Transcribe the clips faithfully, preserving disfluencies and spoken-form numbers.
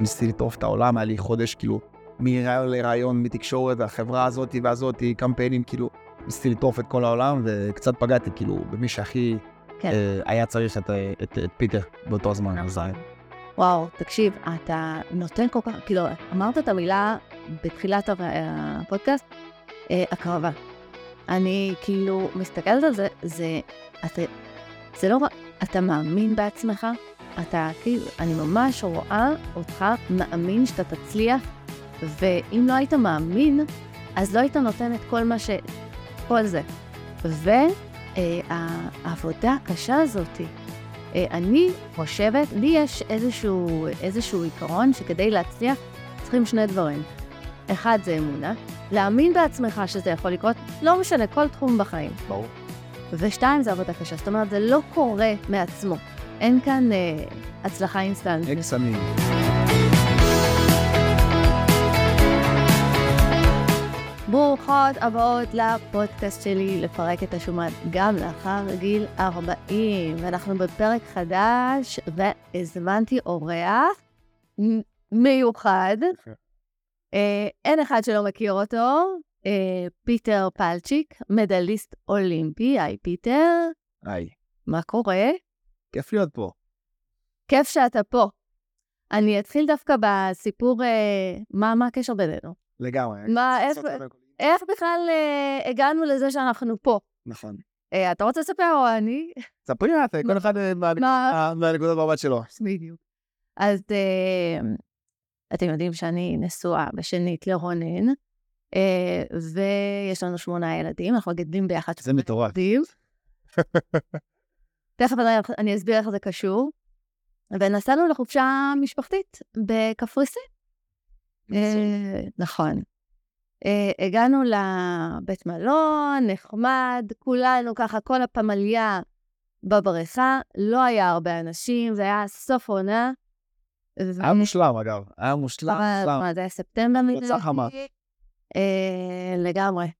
ניסיתי לטרוף את העולם, היה לי חודש כאילו מרעיון לרעיון, מתקשורת, והחברה הזאת והזאת, קמפיינים, כאילו ניסיתי לטרוף את כל העולם, וקצת פגעתי כאילו במי שהכי כן. אה, היה צריך את, את, את פיטר באותו זמן. אז זה... וואו, תקשיב, אתה נותן כל כך, כאילו, אמרת את המילה בתחילת הפודקאסט, אה, הקרבה. אני כאילו מסתכלת על זה, זה, אתה, זה לא, אתה מאמין בעצמך, אתה כאילו, אני ממש רואה אותך מאמין שאתה תצליח, ואם לא היית מאמין, אז לא היית נותן את כל מה ש... כל זה. והעבודה הקשה הזאת, אני חושבת, לי יש איזשהו, איזשהו עיקרון שכדי להצליח צריכים שני דברים. אחד זה אמונה, להאמין בעצמך שזה יכול לקרות, לא משנה, כל תחום בחיים. ברור. ושתיים זה עבודה קשה, זאת אומרת, זה לא קורה מעצמו. אין כאן אה, הצלחה אינסטנטית. אקסמים. ברוכות הבאות לפודקאסט שלי לפרק את השומן גם לאחר גיל ארבעים, ואנחנו בפרק חדש והזמנתי אורח מיוחד. אה, אין אחד שלא מכיר אותו, אה, פיטר פלצ'יק, מדליסט אולימפי. היי פיטר. היי. מה קורה? כיף להיות פה. כיף שאתה פה. אני אתחיל דווקא בסיפור, אה, מה, מה הקשר בינינו? לגמרי. מה, איך, איך בכלל אה, הגענו לזה שאנחנו פה? נכון. אה, אתה רוצה לספר או אני? ספרי לה, כל אחד מהנקודות במבט שלו. בדיוק. אז אה, אתם יודעים שאני נשואה בשנית לרונן, אה, ויש לנו שמונה ילדים, אנחנו גדלים ביחד. זה מטורף. תכף אני, אני אסביר איך זה קשור. ונסענו לחופשה משפחתית בקפריסין. אה, נכון. Uh, הגענו לבית מלון, נחמד, כולנו ככה, כל הפמליה בבריכה, לא היה הרבה אנשים, זה היה סוף עונה. היה מושלם אגב, היה מושלם. מה, זה היה ספטמבר. יצא חמאס. לגמרי.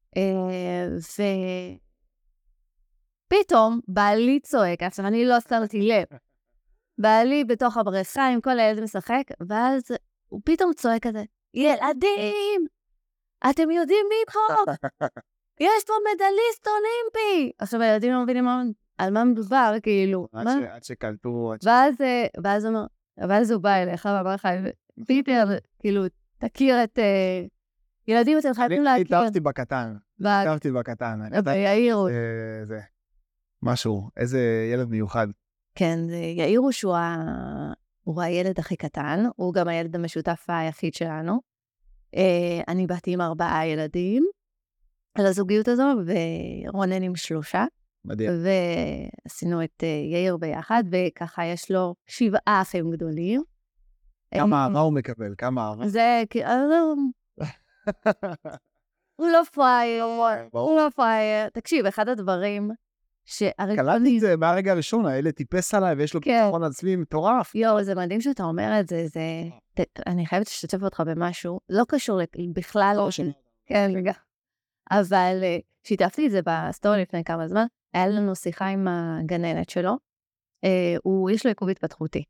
ופתאום בעלי צועק, עכשיו אני לא שמתי לב, בעלי בתוך הבריכה עם כל הילד משחק, ואז הוא פתאום צועק כזה, ילדים! אתם יודעים מי פה? יש פה מדליסט אולימפי! עכשיו, הילדים לא מבינים על מה מדובר, כאילו. עד שקלטו... ואז הוא אומר, ואז הוא בא אליך ואמר לך, פיטר, כאילו, תכיר את... ילדים, אתם חייבים להכיר. התאהבתי בקטן. התאהבתי בקטן. יאיר הוא. זה משהו, איזה ילד מיוחד. כן, יאיר הוא שהוא הילד הכי קטן, הוא גם הילד המשותף היחיד שלנו. Uh, אני באתי עם ארבעה ילדים על הזוגיות הזו, ורונן עם שלושה. מדהים. ועשינו את uh, יאיר ביחד, וככה יש לו שבעה אחים גדולים. כמה אהבה הוא מקבל? כמה אהבה? זה, הוא לא פרייר, הוא לא פרייר. תקשיב, אחד הדברים קלטתי את זה מהרגע הראשון, הילד טיפס עליי, ויש לו ביטחון עצמי מטורף. יואו, זה מדהים שאתה אומר את זה, אני חייבת לשתף אותך במשהו, לא קשור בכלל, כן, רגע. אבל שיתפתי את זה בסטורי לפני כמה זמן, היה לנו שיחה עם הגננת שלו, יש לו עיכוב התפתחותי,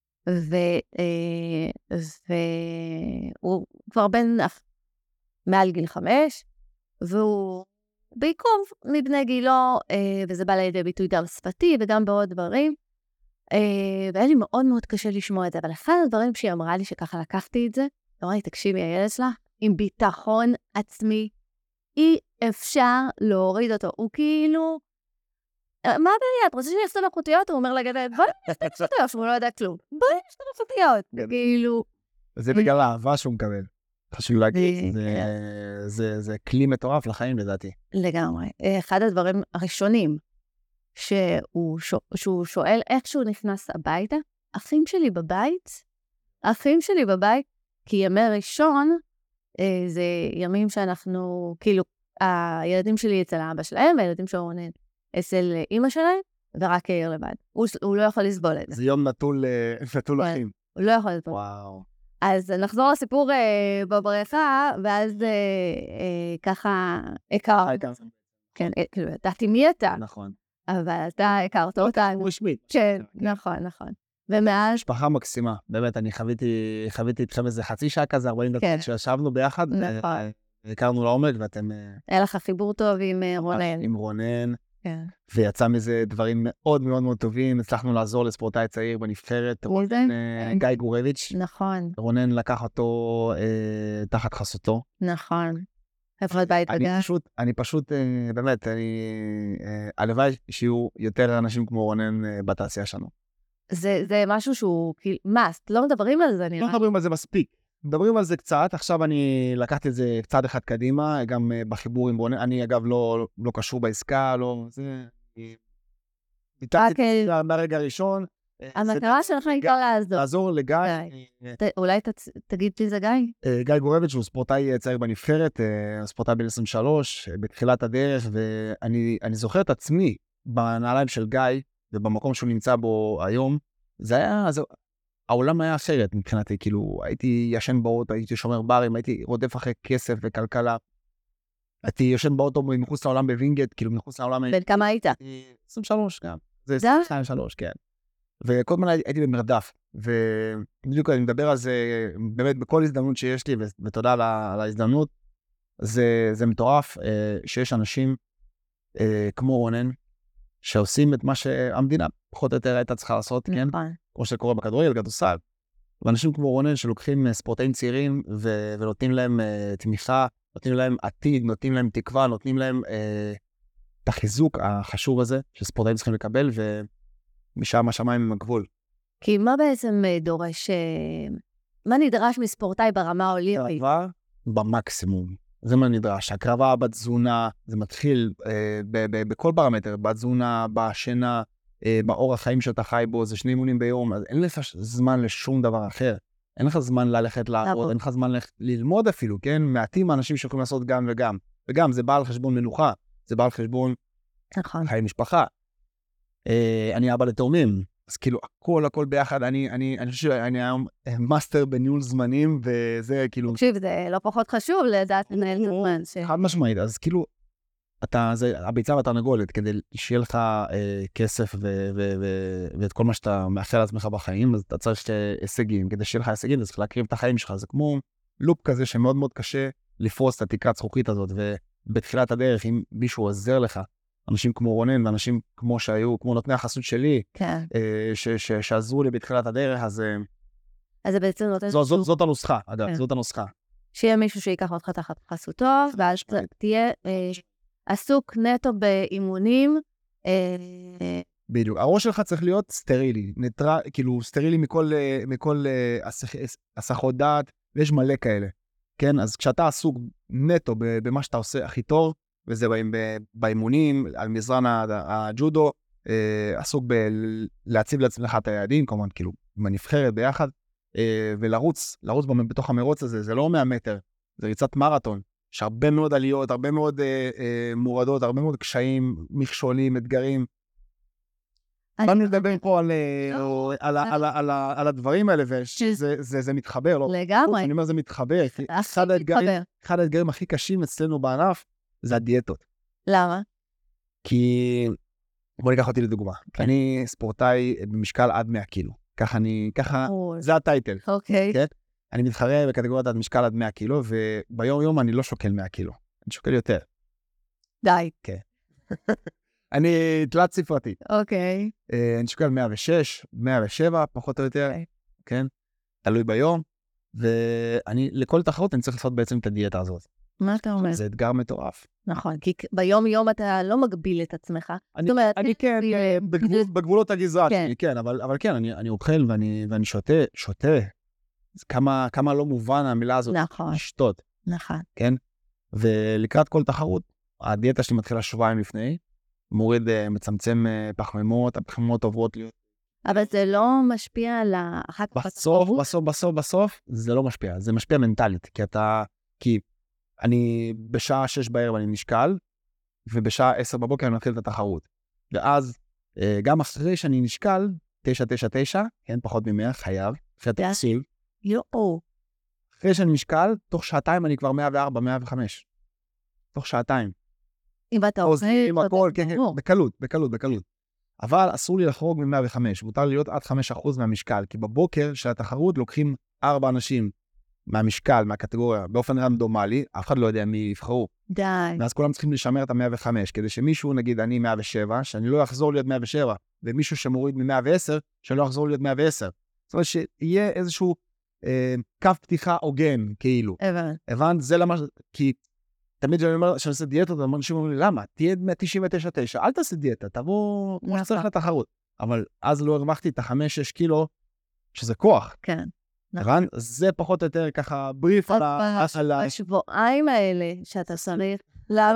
והוא כבר בן מעל גיל חמש, והוא בעיכוב מבני גילו, וזה בא לידי ביטוי גם שפתי וגם בעוד דברים, והיה לי מאוד מאוד קשה לשמוע את זה, אבל אחד הדברים שהיא אמרה לי שככה לקחתי את זה, אמרה לי, תקשיבי, הילד שלה, עם ביטחון עצמי, אי אפשר להוריד אותו. הוא כאילו, מה בעיה? את רוצה שאני אעשה מלאכותיות? הוא אומר לגדל, בואי נעשה מלאכותיות, שהוא לא יודע כלום. בואי נעשה מלאכותיות. כאילו... זה בגלל האהבה שהוא מקבל. חשוב להגיד, זה כלי מטורף לחיים לדעתי. לגמרי. אחד הדברים הראשונים, שהוא, שהוא שואל איך שהוא נכנס הביתה, אחים שלי בבית, אחים שלי בבית, כי ימי ראשון, אה, זה ימים שאנחנו, כאילו, הילדים שלי אצל האבא שלהם, והילדים שלו אצל אמא שלהם, ורק יאיר לבד. הוא, הוא לא יכול לסבול את זה. זה יום נטול, נטול אחים. הוא לא יכול לסבול. וואו. אז נחזור לסיפור אה, בבריכה, ואז אה, אה, ככה הכר. כן, כאילו, ידעתי מי אתה. נכון. אבל אתה הכרת אותה. רשמית. כן, נכון, נכון. ומאז? משפחה מקסימה, באמת, אני חוויתי, חוויתי איתכם איזה חצי שעה כזה, ארבעים דקות שישבנו ביחד, הכרנו לעומק, ואתם... היה לך חיבור טוב עם רונן. עם רונן, ויצא מזה דברים מאוד מאוד מאוד טובים, הצלחנו לעזור לספורטאי צעיר בנבחרת, גיא גורביץ'. נכון. רונן לקח אותו תחת חסותו. נכון. חברת בית וגן. אני פשוט, באמת, הלוואי שיהיו יותר אנשים כמו רונן בתעשייה שלנו. זה משהו שהוא מאסט, לא מדברים על זה נראה. לא מדברים על זה מספיק. מדברים על זה קצת, עכשיו אני לקחתי את זה קצת אחד קדימה, גם בחיבור עם רונן, אני אגב לא, לא קשור בעסקה, לא, זה... ביטלתי מהרגע הראשון. המטרה שלך הייתה לעזור. לעזור לגיא. אולי תגיד לי זה גיא? גיא גורביץ' שהוא ספורטאי צעיר בנבחרת, ספורטאי בן עשרים ושלוש, בתחילת הדרך, ואני זוכר את עצמי בנעליים של גיא, ובמקום שהוא נמצא בו היום, זה היה... העולם היה אחרת מבחינתי, כאילו, הייתי ישן באוטו, הייתי שומר ברים, הייתי רודף אחרי כסף וכלכלה. הייתי ישן באוטו מחוץ לעולם בווינגט, כאילו מחוץ לעולם... בן כמה היית? עשרים ושלוש גם. זה עשרים ושלוש, כן. וכל הזמן הייתי במרדף, ובדיוק אני מדבר על זה, באמת בכל הזדמנות שיש לי, ותודה על ההזדמנות, זה מטורף שיש אנשים כמו רונן, שעושים את מה שהמדינה פחות או יותר הייתה צריכה לעשות, כן? כמו שקורה בכדורגל, כדורסל. ואנשים כמו רונן שלוקחים ספורטאים צעירים ו- ונותנים להם uh, תמיכה, נותנים להם עתיד, נותנים להם תקווה, נותנים להם uh, את החיזוק החשוב הזה שספורטאים צריכים לקבל, ומשם השמיים עם הגבול. כי מה בעצם דורש, מה נדרש מספורטאי ברמה האולימפית? הקרבה במקסימום. זה מה נדרש. הקרבה בתזונה, זה מתחיל אה, ב- ב- בכל פרמטר, בתזונה, בשינה, אה, באורח חיים שאתה חי בו, זה שני אימונים ביום, אז אין לך זמן לשום דבר אחר. אין לך זמן ללכת לעבוד, אין לך זמן ללכת ללמוד אפילו, כן? מעטים האנשים שיכולים לעשות גם וגם. וגם זה בא על חשבון מנוחה, זה בא על חשבון נכון. חיי משפחה. אה, אני אבא לתאומים, אז כאילו הכל הכל ביחד, אני, אני, אני חושב שאני היום מאסטר בניהול זמנים, וזה כאילו... תקשיב, זה לא פחות חשוב לדעת לנהל את הזמן. ש... חד משמעית, אז כאילו, אתה, זה, הביצה והתרנגולת, כדי שיהיה לך אה, כסף ו- ו- ו- ואת כל מה שאתה מאחל לעצמך בחיים, אז אתה צריך הישגים, כדי שיהיה לך הישגים, אתה צריך להקריב את החיים שלך, זה כמו לופ כזה שמאוד מאוד קשה לפרוס את התקרת זכוכית הזאת, ובתחילת הדרך, אם מישהו עוזר לך, אנשים כמו רונן, ואנשים כמו שהיו, כמו נותני החסות שלי, כן. אה, ש- ש- שעזרו לי בתחילת הדרך, אז... אה, אז זה בעצם נותן... זו, זאת, זאת הנוסחה, אגב, כן. זאת הנוסחה. שיהיה מישהו שיקח אותך תחת חסותו, ואז תהיה אה, עסוק נטו באימונים. אה, בדיוק. הראש שלך צריך להיות סטרילי, נטר, כאילו סטרילי מכל, מכל הסחות דעת, ויש מלא כאלה. כן? אז כשאתה עסוק נטו במה שאתה עושה הכי טוב, וזה באימונים, על מזרן הג'ודו, עסוק בלהציב לעצמך את היעדים, כמובן, כאילו, עם הנבחרת ביחד, ולרוץ, לרוץ בתוך המרוץ הזה, זה לא מאה מטר, זה ריצת מרתון, יש הרבה מאוד עליות, הרבה מאוד מורדות, הרבה מאוד קשיים, מכשולים, אתגרים. אני מדבר פה על הדברים האלה, וזה מתחבר, לא? לגמרי. אני אומר, זה מתחבר. אחד האתגרים הכי קשים אצלנו בענף, זה הדיאטות. למה? כי, בוא ניקח אותי לדוגמה. אני ספורטאי במשקל עד מאה קילו. ככה אני, ככה, זה הטייטל. אוקיי. אני מתחרה בקטגוריית עד משקל עד מאה קילו, וביום יום אני לא שוקל מאה קילו. אני שוקל יותר. די. כן. אני תלת ספרתי. אוקיי. אני שוקל מאה ושש, מאה ושבע, פחות או יותר. כן? תלוי ביום. ואני, לכל תחרות אני צריך לעשות בעצם את הדיאטה הזאת. מה אתה אומר? זה אתגר מטורף. נכון, כי ביום יום אתה לא מגביל את עצמך. אני כן, בגבולות הגזרה שלי, כן, אבל כן, אני אוכל ואני שותה, שותה. כמה לא מובן המילה הזאת, לשתות. נכון. כן? ולקראת כל תחרות, הדיאטה שלי מתחילה שבועיים לפני, מוריד, מצמצם פחמימות, הפחמימות עוברות להיות. אבל זה לא משפיע על אחת בסוף, בסוף, בסוף, בסוף, זה לא משפיע. זה משפיע מנטלית, כי אתה, כי אני בשעה שש בערב אני נשקל, ובשעה עשר בבוקר אני מתחיל את התחרות. ואז, גם אחרי שאני נשקל, תשע, תשע, תשע, כן, פחות ממאה, חייב, אחרי תקציב. יואו. אחרי שאני נשקל, תוך שעתיים אני כבר מאה וארבע, מאה וחמש. תוך שעתיים. אם אתה עושה... עם הכל, כן, כן, בקלות, בקלות, בקלות. אבל אסור לי לחרוג מ-מאה וחמש, מותר להיות עד חמישה אחוז מהמשקל, כי בבוקר של התחרות לוקחים ארבע אנשים מהמשקל, מהקטגוריה, באופן רנדומלי, אף אחד לא יודע מי יבחרו. די. ואז כולם צריכים לשמר את ה-מאה וחמש, כדי שמישהו, נגיד, אני מאה ושבע, שאני לא אחזור להיות מאה ושבע, ומישהו שמוריד מ-מאה ועשר, שאני לא אחזור להיות מאה ועשר. זאת אומרת שיהיה איזשהו אה, קו פתיחה הוגן, כאילו. הבנת. הבנת? זה למה, כי תמיד כשאני אומר שאני עושה דיאטות, אנשים אומרים לי, למה? תהיה תשעים ותשע נקודה תשע, אל תעשה דיאטה, תבוא כמו שצריך לתחרות. אבל אז לא הרווחתי את ה-חמש שש קילו, שזה כוח. כן. הבנת? זה פחות או יותר ככה בריף על ה... בשבועיים האלה שאתה צריך, למה?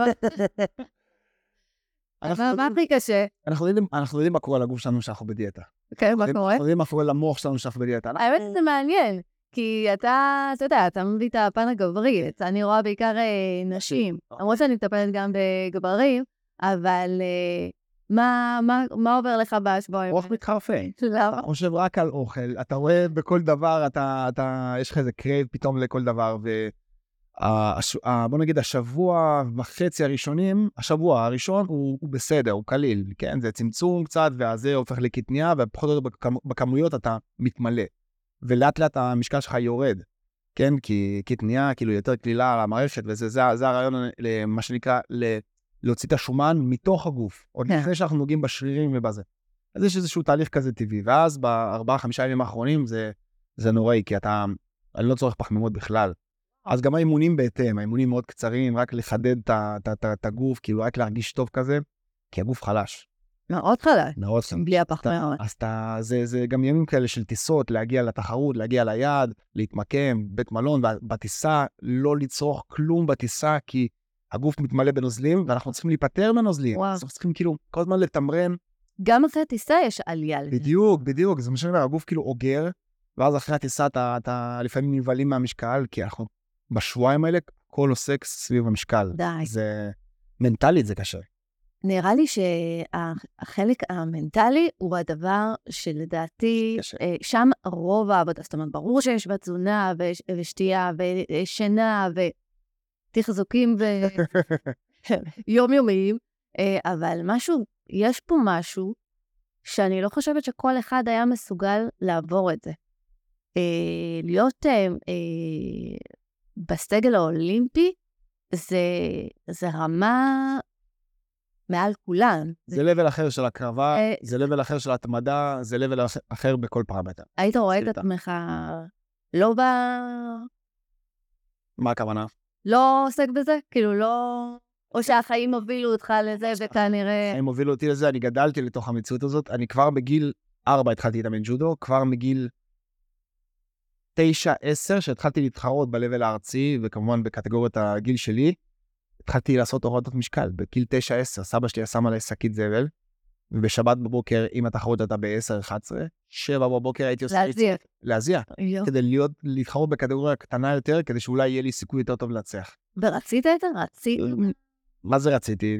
מה הכי קשה? אנחנו יודעים מה קורה לגוף שלנו שאנחנו בדיאטה. כן, מה קורה? אנחנו יודעים מה קורה למוח שלנו שאנחנו בדיאטה. האמת זה מעניין, כי אתה, אתה יודע, אתה מביא את הפן הגברי, אני רואה בעיקר נשים, למרות שאני מטפלת גם בגברים, אבל מה, מה, מה עובר לך בשבועיים? רוח מתחרפן. למה? אתה חושב רק על אוכל, אתה רואה בכל דבר, אתה, אתה, יש לך איזה קרייב פתאום לכל דבר, ו... בוא נגיד, השבוע וחצי הראשונים, השבוע הראשון הוא, הוא בסדר, הוא קליל, כן? זה צמצום קצת, וזה הופך לקטניה, ופחות או יותר בכמויות אתה מתמלא. ולאט לאט המשקל שלך יורד, כן? כי קטניה כאילו יותר כלילה על המערכת, וזה זה, זה הרעיון, מה שנקרא, להוציא את השומן מתוך הגוף, עוד לפני שאנחנו נוגעים בשרירים ובזה. אז יש איזשהו תהליך כזה טבעי, ואז בארבעה, חמישה ימים האחרונים זה, זה נוראי, כי אתה, אני לא צורך פחמימות בכלל. אז גם האימונים בהתאם, האימונים מאוד קצרים, רק לחדד את הגוף, כאילו רק להרגיש טוב כזה, כי הגוף חלש. מאוד חלש. מאוד חלש. בלי הפחמימות. אז זה, זה גם ימים כאלה של טיסות, להגיע לתחרות, להגיע ליעד, להתמקם, בית מלון, בטיסה, לא לצרוך כלום בטיסה, כי הגוף מתמלא בנוזלים, ואנחנו צריכים להיפטר מנוזלים. וואו. אנחנו צריכים כאילו כל הזמן לתמרן. גם אחרי הטיסה יש עלייה. בדיוק, בדיוק. זה משנה, הגוף כאילו אוגר, ואז אחרי הטיסה אתה, אתה לפעמים נבלים מהמשקל, כי אנחנו בשבועיים האלה, כל עוסק סביב המשקל. די. זה מנטלית, זה קשה. נראה לי שהחלק המנטלי הוא הדבר שלדעתי, שם רוב העבודה, זאת אומרת, ברור שיש בתזונה ושתייה ושינה ותחזוקים ויומיומיים, אבל משהו, יש פה משהו שאני לא חושבת שכל אחד היה מסוגל לעבור את זה. להיות בסגל האולימפי, זה, זה רמה מעל כולן. זה לבל אחר של הקרבה, זה לבל אחר של התמדה, זה לבל אחר בכל פרמטר. היית רואה את עצמך לא ב... מה הכוונה? לא עוסק בזה? כאילו לא... או שהחיים הובילו אותך לזה וכנראה... החיים הובילו אותי לזה, אני גדלתי לתוך המציאות הזאת, אני כבר בגיל ארבע התחלתי להתאמן ג'ודו, כבר מגיל תשע, עשר, שהתחלתי להתחרות בלבל הארצי, וכמובן בקטגוריית הגיל שלי, התחלתי לעשות הורדות משקל, בגיל תשע עשר, סבא שלי שם עליי שקית זבל, ובשבת בבוקר, אם התחרות הייתה ב-עשר אחת עשרה, שבע בבוקר הייתי עושה... להזיע. להזיע. כדי להיות, להתחרות בקטגוריה קטנה יותר, כדי שאולי יהיה לי סיכוי יותר טוב להצליח. ורצית את זה? רצית? מה זה רציתי?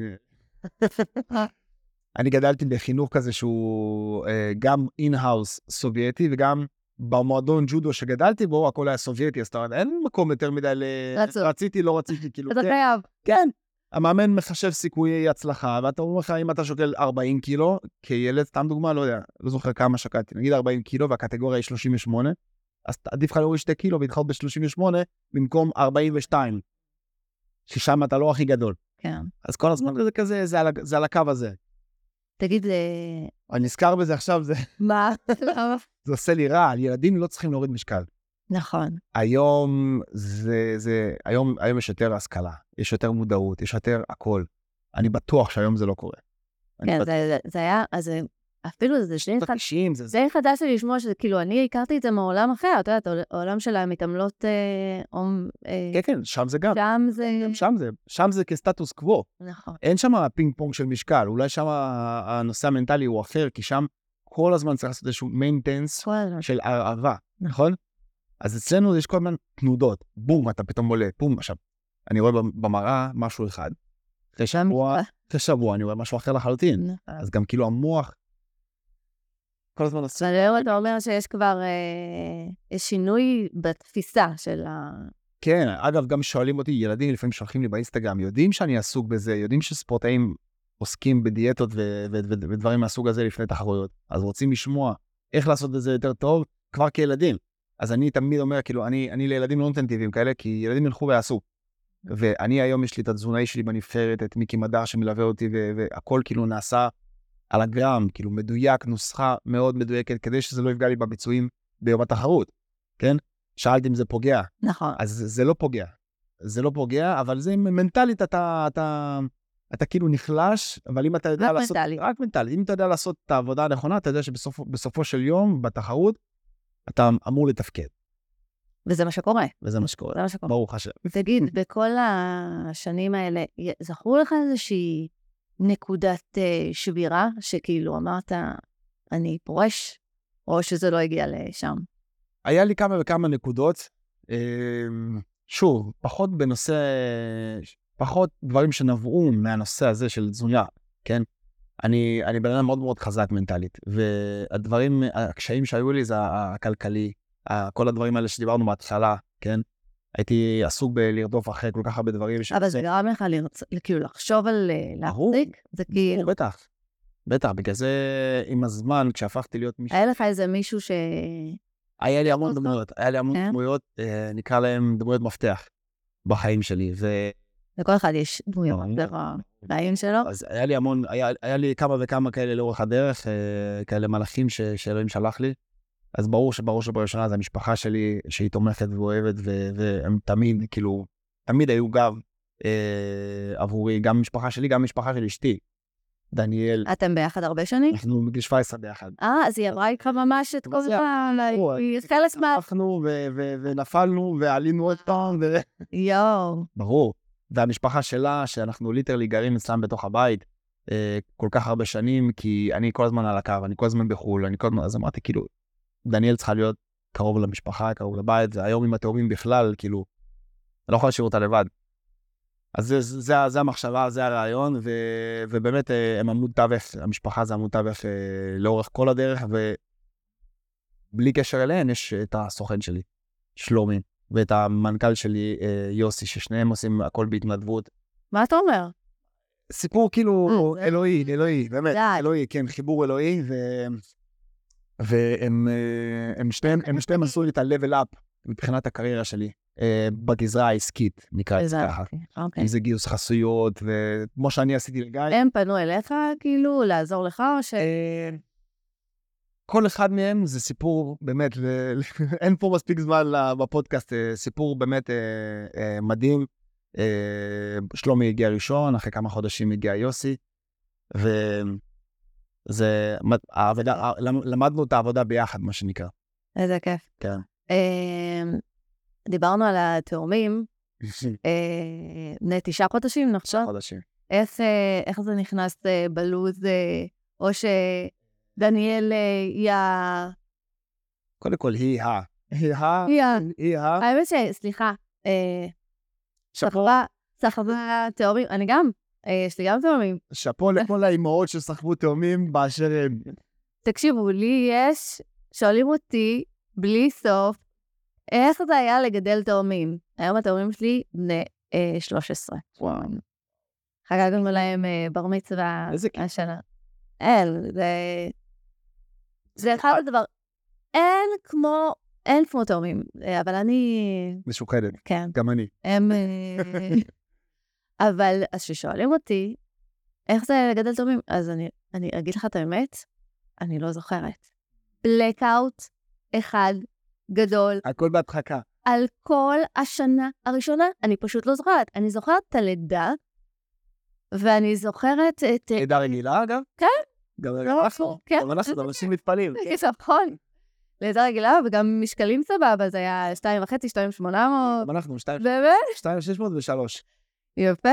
אני גדלתי בחינוך כזה שהוא גם אין-האוס סובייטי, וגם במועדון ג'ודו שגדלתי בו, הכל היה סובייטי, אז אין מקום יותר מדי ל... רציתי, לא רציתי, כאילו... אתה חייב. כן. המאמן מחשב סיכויי הצלחה, ואתה אומר לך, אם אתה שוקל ארבעים קילו, כילד, סתם דוגמה, לא יודע, לא זוכר כמה שקלתי, נגיד ארבעים קילו, והקטגוריה היא שלושים ושמונה, אז עדיף לך להוריד שתי קילו, והתחלות ב-שלושים ושמונה, במקום ארבעים ושתיים, ששם אתה לא הכי גדול. כן. אז כל הזמן זה כזה, זה על, זה על הקו הזה. תגיד, אני נזכר בזה עכשיו, זה... מה? למה? זה עושה לי רע, ילדים לא צריכים להוריד משקל. נכון. היום זה, זה, היום, היום יש יותר השכלה, יש יותר מודעות, יש יותר הכל. אני בטוח שהיום זה לא קורה. כן, זה, זה היה, אז אפילו זה שני חד... זה... זה חדש לי לשמוע שזה, כאילו, אני הכרתי את זה מעולם אחר, אתה יודע, העולם של המתעמלות... אה, אה, כן, כן, שם זה גם. שם זה... שם זה, שם זה כסטטוס קוו. נכון. אין שם פינג פונג של משקל, אולי שם הנושא המנטלי הוא אחר, כי שם כל הזמן צריך לעשות איזשהו מיינטנס של הרעבה, נכון? אז אצלנו יש כל הזמן תנודות, בום, אתה פתאום עולה, בום, עכשיו, אני רואה במראה משהו אחד, אחרי שבוע, אחרי שבוע אני רואה משהו אחר לחלוטין, אז גם כאילו המוח, כל הזמן עושה. אתה אומר שיש כבר שינוי בתפיסה של ה... כן, אגב, גם שואלים אותי, ילדים לפעמים שולחים לי באינסטגרם, יודעים שאני עסוק בזה, יודעים שספורטאים עוסקים בדיאטות ו- ו- ו- ודברים מהסוג הזה לפני תחרויות. אז רוצים לשמוע איך לעשות את זה יותר טוב, כבר כילדים. אז אני תמיד אומר, כאילו, אני, אני לילדים לא נותן טבעים כאלה, כי ילדים ילכו ויעשו. ואני היום יש לי את התזונאי שלי בנבחרת, את מיקי מדר שמלווה אותי, ו- והכל כאילו נעשה על הגרם, כאילו מדויק, נוסחה מאוד מדויקת, כדי שזה לא יפגע לי בביצועים ביום התחרות, כן? שאלתי אם זה פוגע. נכון. אז זה לא פוגע. זה לא פוגע, אבל זה מנטלית, אתה, אתה, אתה כאילו נחלש, אבל אם אתה יודע רק לעשות... מנטלי. רק מנטלית. אם אתה יודע לעשות את העבודה הנכונה, אתה יודע שבסופו בסופו של יום, בתחרות, אתה אמור לתפקד. וזה מה שקורה. וזה מה שקורה. זה מה שקורה. ברוך השם. תגיד, בכל השנים האלה, זכרו לך איזושהי נקודת אה, שבירה, שכאילו אמרת, אני פורש, או שזה לא הגיע לשם? היה לי כמה וכמה נקודות. שוב, פחות בנושא, פחות דברים שנבעו מהנושא הזה של תזונה, כן? אני, אני בן אדם מאוד מאוד חזק מנטלית, והדברים, הקשיים שהיו לי זה הכלכלי, כל הדברים האלה שדיברנו בהתחלה, כן? הייתי עסוק בלרדוף אחרי כל כך הרבה דברים. אבל זה גרם לך לרצ... כאילו לחשוב על להחזיק? זה כאילו... בטח, בטח, בגלל זה עם הזמן, כשהפכתי להיות מישהו... היה לך איזה מישהו ש... היה לי המון דמויות, היה לי המון דמויות, נקרא להם דמויות מפתח בחיים שלי, ו... לכל אחד יש דמויות בחיים שלו. אז היה לי המון, היה, היה לי כמה וכמה כאלה לאורך הדרך, כאלה מלאכים ש... שאלוהים שלח לי, אז ברור שבראש ובראשונה זה המשפחה שלי, שהיא תומכת ואוהבת, ו... והם תמיד, כאילו, תמיד היו גב אה, עבורי, גם משפחה שלי, גם משפחה של אשתי, דניאל. אתם ביחד הרבה שנים? אנחנו בגיל שבע עשרה ביחד. אה, אז היא עברה איתך ממש את כל זה, היא חלק מה... הלכנו ונפלנו ועלינו עוד פעם. יואו. ברור. והמשפחה שלה, שאנחנו ליטרלי גרים אצלם בתוך הבית, כל כך הרבה שנים, כי אני כל הזמן על הקו, אני כל הזמן בחול, אני כל הזמן, אז אמרתי, כאילו, דניאל צריכה להיות קרוב למשפחה, קרוב לבית, והיום עם התאומים בכלל, כאילו, אני לא יכול להשאיר אותה לבד. אז זה, זה, זה המחשבה, זה הרעיון, ו, ובאמת הם עמוד תווך, המשפחה זה עמוד תווך לאורך כל הדרך, ובלי קשר אליהן יש את הסוכן שלי, שלומי, ואת המנכ"ל שלי, יוסי, ששניהם עושים הכל בהתנדבות. מה אתה אומר? סיפור כאילו אלוהי, אלוהי, באמת, אלוהי, כן, חיבור אלוהי, ו... והם הם שניהם, הם שניהם עשו לי את ה-level up מבחינת הקריירה שלי. בגזרה העסקית, נקרא את זה ככה. כי זה גיוס חסויות, וכמו שאני עשיתי לגיא. הם פנו אליך, כאילו, לעזור לך, או ש... כל אחד מהם זה סיפור, באמת, אין פה מספיק זמן בפודקאסט, סיפור באמת מדהים. שלומי הגיע ראשון, אחרי כמה חודשים הגיע יוסי, וזה, למדנו את העבודה ביחד, מה שנקרא. איזה כיף. כן. דיברנו על התאומים, בני תשעה חודשים, נחשוב? תשעה חודשים. איך זה נכנס בלוז, או שדניאל היא ה... קודם כל, היא ה... היא ה... היא ה... האמת ש... סליחה, סחבה, סחבה תאומים, אני גם, יש לי גם תאומים. שפו לכל האימהות שסחבו תאומים באשר הם. תקשיבו, לי יש, שואלים אותי, בלי סוף, איך זה היה לגדל תאומים? היום התאומים שלי בני אה, שלוש עשרה. וואו. חגגנו להם אה, בר מצווה השנה. אין, זה... זה אחד הדבר... אין כמו... אין כמו תאומים, אבל אני... משוקדת. כן. גם אני. הם... אבל, אז ששואלים אותי, איך זה לגדל תאומים? אז אני, אני אגיד לך את האמת, אני לא זוכרת. בלקאוט אחד גדול. הכל בהדחקה. על כל השנה הראשונה, אני פשוט לא זוכרת. אני זוכרת את הלידה, ואני זוכרת את... לידה רגילה, אגב? כן. גם אנחנו? כן. גם אנחנו, אנשים מתפלים. נכון. לידה רגילה, וגם משקלים סבבה, זה היה שתיים וחצי, שתיים שמונה מאות. גם אנחנו, שתיים. באמת? שתיים שש מאות ושלוש. יפה.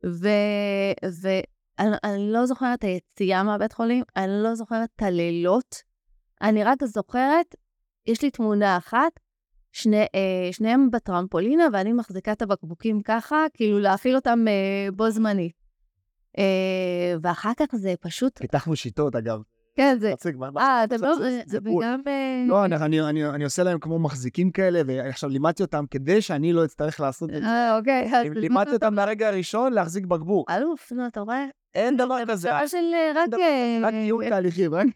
ואני לא זוכרת את היציאה מהבית חולים, אני לא זוכרת את הלילות, אני רק זוכרת, יש לי תמונה אחת, שני, אה, שניהם בטרמפולינה, ואני מחזיקה את הבקבוקים ככה, כאילו להאכיל אותם אה, בו זמנית. אה, ואחר כך זה פשוט... פיתחנו שיטות, אגב. כן, זה... תציג, מה? אה, אתה לא... זה וגם... לא, אני עושה להם כמו מחזיקים כאלה, ועכשיו לימדתי אותם כדי שאני לא אצטרך לעשות את זה. אה, אוקיי. לימדתי אותם לרגע הראשון להחזיק בקבוק. אלוף, נו, אתה רואה? אין דבר כזה. זה של רק... רק ניהול תהליכים, רק?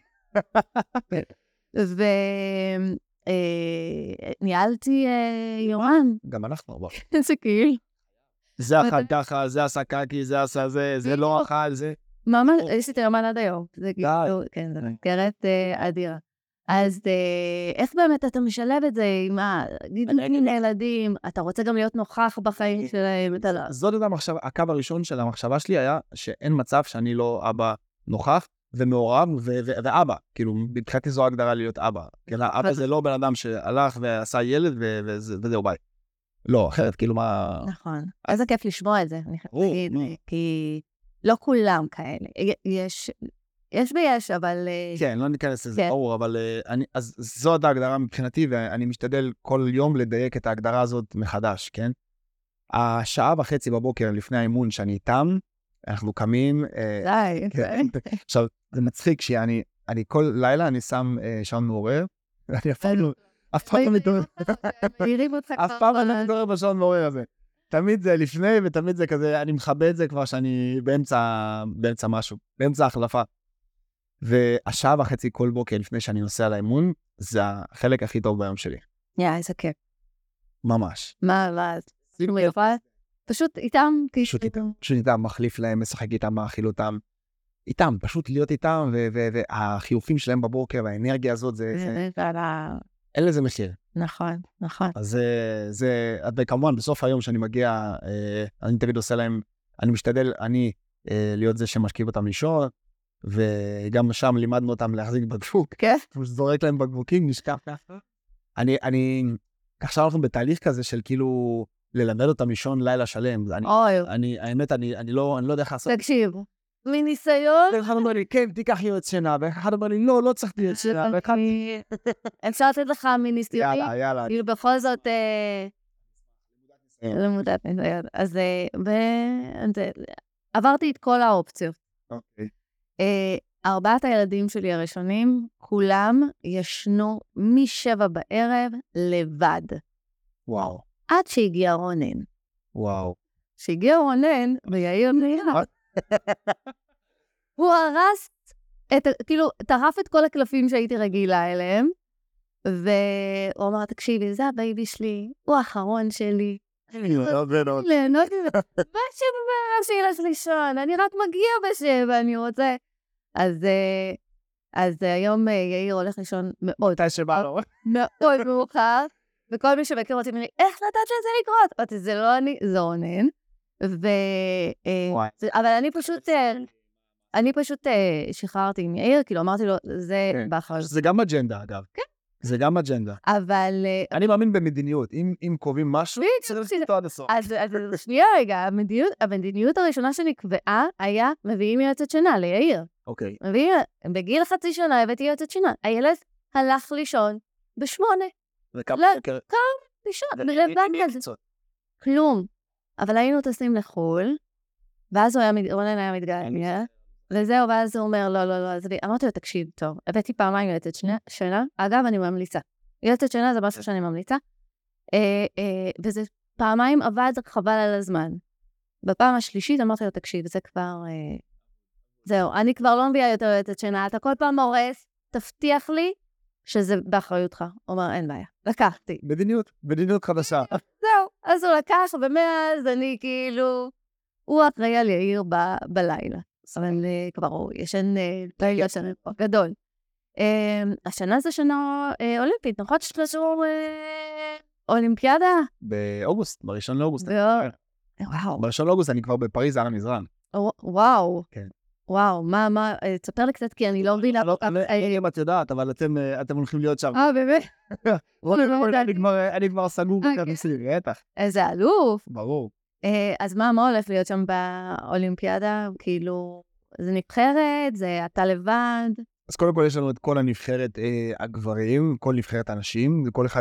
וניהלתי יומן. גם אנחנו, בוא. זה כאילו. זה אכל ככה, זה עשה קקי, זה עשה זה, זה לא אכל, זה... ממש, יש לי את היומן עד היום. זה כאילו, כן, זה מסגרת אדירה. אז איך באמת אתה משלב את זה עם גידולים לילדים, אתה רוצה גם להיות נוכח בחיים שלהם, אתה לא... זאת גם עכשיו, הקו הראשון של המחשבה שלי היה שאין מצב שאני לא אבא נוכח ומעורב ואבא, כאילו, בתחילתי זו הגדרה להיות אבא. אבא זה לא בן אדם שהלך ועשה ילד וזהו ביי. לא, אחרת, כאילו מה... נכון. איזה כיף לשמוע את זה, אני חייבת להגיד, כי לא כולם כאלה. יש... יש ויש, אבל... כן, לא ניכנס לזה, ברור, אבל אז זו ההגדרה מבחינתי, ואני משתדל כל יום לדייק את ההגדרה הזאת מחדש, כן? השעה וחצי בבוקר לפני האימון שאני איתם, אנחנו קמים... די, כן. עכשיו, זה מצחיק שאני, אני כל לילה אני שם שעון מעורר, ואני אף פעם לא... אף פעם לא מתעורר. אף פעם לא מתעורר בשעון מעורר הזה. תמיד זה לפני, ותמיד זה כזה, אני מכבה את זה כבר שאני באמצע משהו, באמצע החלפה. והשעה וחצי כל בוקר לפני שאני נוסע לאימון, זה החלק הכי טוב ביום שלי. יא, איזה כיף. ממש. מה, מה? פשוט איתם? פשוט איתם. פשוט איתם, מחליף להם, משחק איתם, מאכיל אותם. איתם, פשוט להיות איתם, והחיופים שלהם בבוקר, והאנרגיה הזאת, זה... אין לזה מחיר. נכון, נכון. אז זה, וכמובן, בסוף היום שאני מגיע, אני תמיד עושה להם, אני משתדל, אני, להיות זה שמשכיב אותם לישון, וגם שם לימדנו אותם להחזיק בקבוק. כן. זורק להם בקבוקים, נשכח. אני, אני, עכשיו אנחנו בתהליך כזה של כאילו, ללמד אותם לישון לילה שלם. אוי. אני, האמת, אני, אני לא, אני לא יודע איך לעשות. תקשיב, מניסיון. אחד אומר לי, כן, תיקח יועץ שינה, ואחד אומר לי, לא, לא צריך יועץ שינה. אפשר לתת לך מניסיון. יאללה, יאללה. כאילו בכל זאת, למודת ניסיון. אז, עברתי את כל האופציות. אוקיי. ארבעת הילדים שלי הראשונים, כולם ישנו משבע בערב לבד. וואו. עד שהגיע רונן. וואו. שהגיע רונן, ויאיר נראה. הוא הרס, את, כאילו, טרף את כל הקלפים שהייתי רגילה אליהם, והוא אמר, תקשיבי, זה הבייבי שלי, הוא האחרון שלי. ליהנות ליהנות. ליהנות ליהנות. בשבע שילך לישון, אני רק מגיע בשבע, אני רוצה. אז, אז היום יאיר הולך לישון מאוד. מתי שבא לו. מאוד מאוחר, וכל מי שמכיר אותי אומר לי, איך נתת לזה לקרות? אמרתי, זה לא אני, זה רונן. ו... אבל אני פשוט, אני פשוט שחררתי עם יאיר, כאילו אמרתי לו, זה באחר. זה גם אג'נדה, אגב. כן. זה גם אג'נדה. אבל... אני מאמין במדיניות. אם קובעים משהו, צריך לעשות עד הסוף. אז שנייה רגע, המדיניות הראשונה שנקבעה היה מביאים יועצת שינה ליאיר. אוקיי. מביאים, בגיל חצי שנה הבאתי יועצת שינה. הילד הלך לישון בשמונה. וכמה? קם לישון. כלום. אבל היינו טסים לחול, ואז הוא היה, רונן היה מתגעגע, וזהו, ואז הוא אומר, לא, לא, לא, אז אמרתי לו, תקשיב, טוב, הבאתי פעמיים יועצת שינה, אגב, אני ממליצה. יועצת שינה זה משהו שאני ממליצה, וזה פעמיים עבד חבל על הזמן. בפעם השלישית אמרתי לו, תקשיב, זה כבר, זהו, אני כבר לא מביאה יותר יועצת שינה, אתה כל פעם הורס, תבטיח לי שזה באחריותך. הוא אומר, אין בעיה, לקחתי. מדיניות, מדיניות חדשה. זהו, אז הוא לקח, ומאז אני כאילו, הוא אחראי על יאיר בלילה. אבל כבר הוא ישן לילה שנה גדול. השנה זה שנה אולימפית, נכון שתשאו אולימפיאדה? באוגוסט, בראשון לאוגוסט. וואו. בראשון לאוגוסט אני כבר בפריז, על המזרן. וואו. כן. וואו, מה, מה, תספר לי קצת, כי אני לא מבינה. לא אם את יודעת, אבל אתם הולכים להיות שם. אה, באמת? אני כבר סגור כרטיסים, בטח. איזה אלוף. ברור. אז מה, מה הולך להיות שם באולימפיאדה? כאילו, זה נבחרת, זה אתה לבד? אז קודם כל יש לנו את כל הנבחרת הגברים, כל נבחרת הנשים, וכל אחד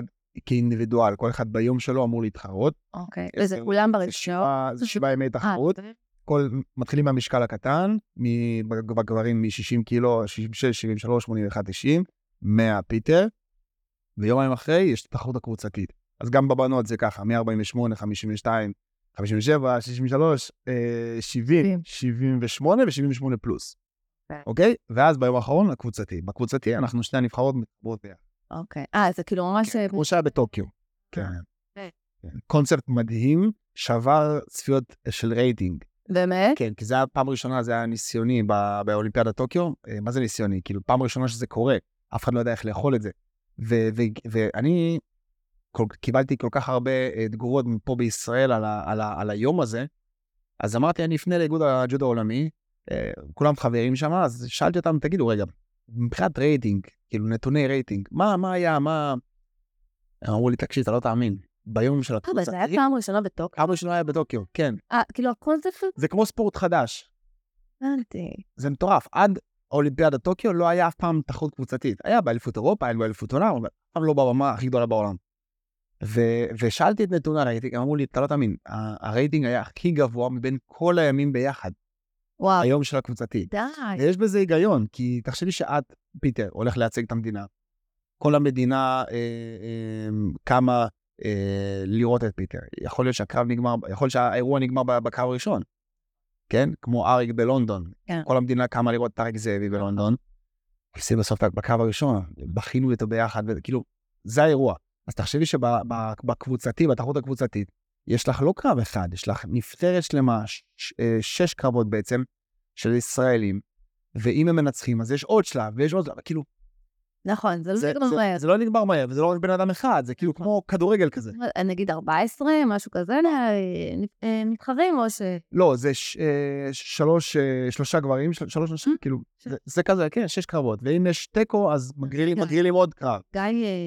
כאינדיבידואל, כל אחד ביום שלו אמור להתחרות. אוקיי, וזה כולם בראשון? זה שבעה ימי תחרות. כל, מתחילים מהמשקל הקטן, בגברים מ-שישים קילו, שישים ושש, שבעים ושלוש, שמונים ואחת, תשעים, מאה פיטר, ויומיים אחרי יש את התחרות הקבוצתית. אז גם בבנות זה ככה, מ-ארבעים ושמונה, חמישים ושתיים, חמישים ושבע, שישים ושלוש, שבעים, שבעים ושמונה ו-שבעים ושמונה פלוס. אוקיי? ואז ביום האחרון הקבוצתי. בקבוצתי אנחנו שני הנבחרות מתחברות ביחד. אוקיי. אה, זה כאילו ממש... כמו שהיה בטוקיו. כן. קונספט מדהים, שבר צפיות של רייטינג. באמת? כן, כי זה היה פעם ראשונה, זה היה ניסיוני באולימפיאדת טוקיו. מה זה ניסיוני? כאילו, פעם ראשונה שזה קורה, אף אחד לא יודע איך לאכול את זה. ואני קיבלתי כל כך הרבה תגובות פה בישראל על היום הזה, אז אמרתי, אני אפנה לאיגוד הג'ודו העולמי, כולם חברים שם, אז שאלתי אותם, תגידו רגע, מבחינת רייטינג, כאילו נתוני רייטינג, מה, מה היה, מה... אמרו לי, תקשיב, אתה לא תאמין. ביום של התקופה... אבל זה היה פעם ראשונה בטוקיו. פעם ראשונה היה בטוקיו, כן. אה, כאילו הקונספט? זה כמו ספורט חדש. הבנתי. זה מטורף. עד האולימפיאדת טוקיו לא היה אף פעם תחרות קבוצתית. היה באליפות אירופה, היה באליפות עולם, אבל אף פעם לא בבמה הכי גדולה בעולם. ושאלתי את נתוני הרייטינג, אמרו לי, אתה לא תאמין, הרייטינג היה הכי גבוה מבין כל הימים ביחד. וואו. היום של הקבוצתית. די. ויש בזה היגיון, כי תחשבי שאת, פיטר, הולך לייצג את המדינה. כל המדינה אה, אה, קמה אה, לראות את פיטר. יכול להיות שהקרב נגמר, יכול להיות שהאירוע נגמר בקרב הראשון. כן? כמו אריק בלונדון. כן. כל המדינה קמה לראות את אריק זאבי בלונדון. זה בסוף בקרב הראשון. בכינו איתו ביחד, וכאילו, זה האירוע. אז תחשבי שבקבוצתי, בתחרות הקבוצתית, יש לך לא קרב אחד, יש לך נפטרת שלמה, ש- ש- שש קרבות בעצם, של ישראלים, ואם הם מנצחים, אז יש עוד שלב, ויש עוד שלב, כאילו... נכון, זה לא זה, נגמר זה, מהר. זה לא נגמר מהר, וזה לא רק בן אדם אחד, זה כאילו כמו כדורגל כזה. נגיד ארבע עשרה, משהו כזה, מתחרים או ש... לא, זה ש, שלוש, שלושה גברים, של, שלוש נשים, כאילו, זה, זה כזה, כן, שש קרבות, ואם יש טקו, אז מגרילים, מגרילים עוד קרב. גיא...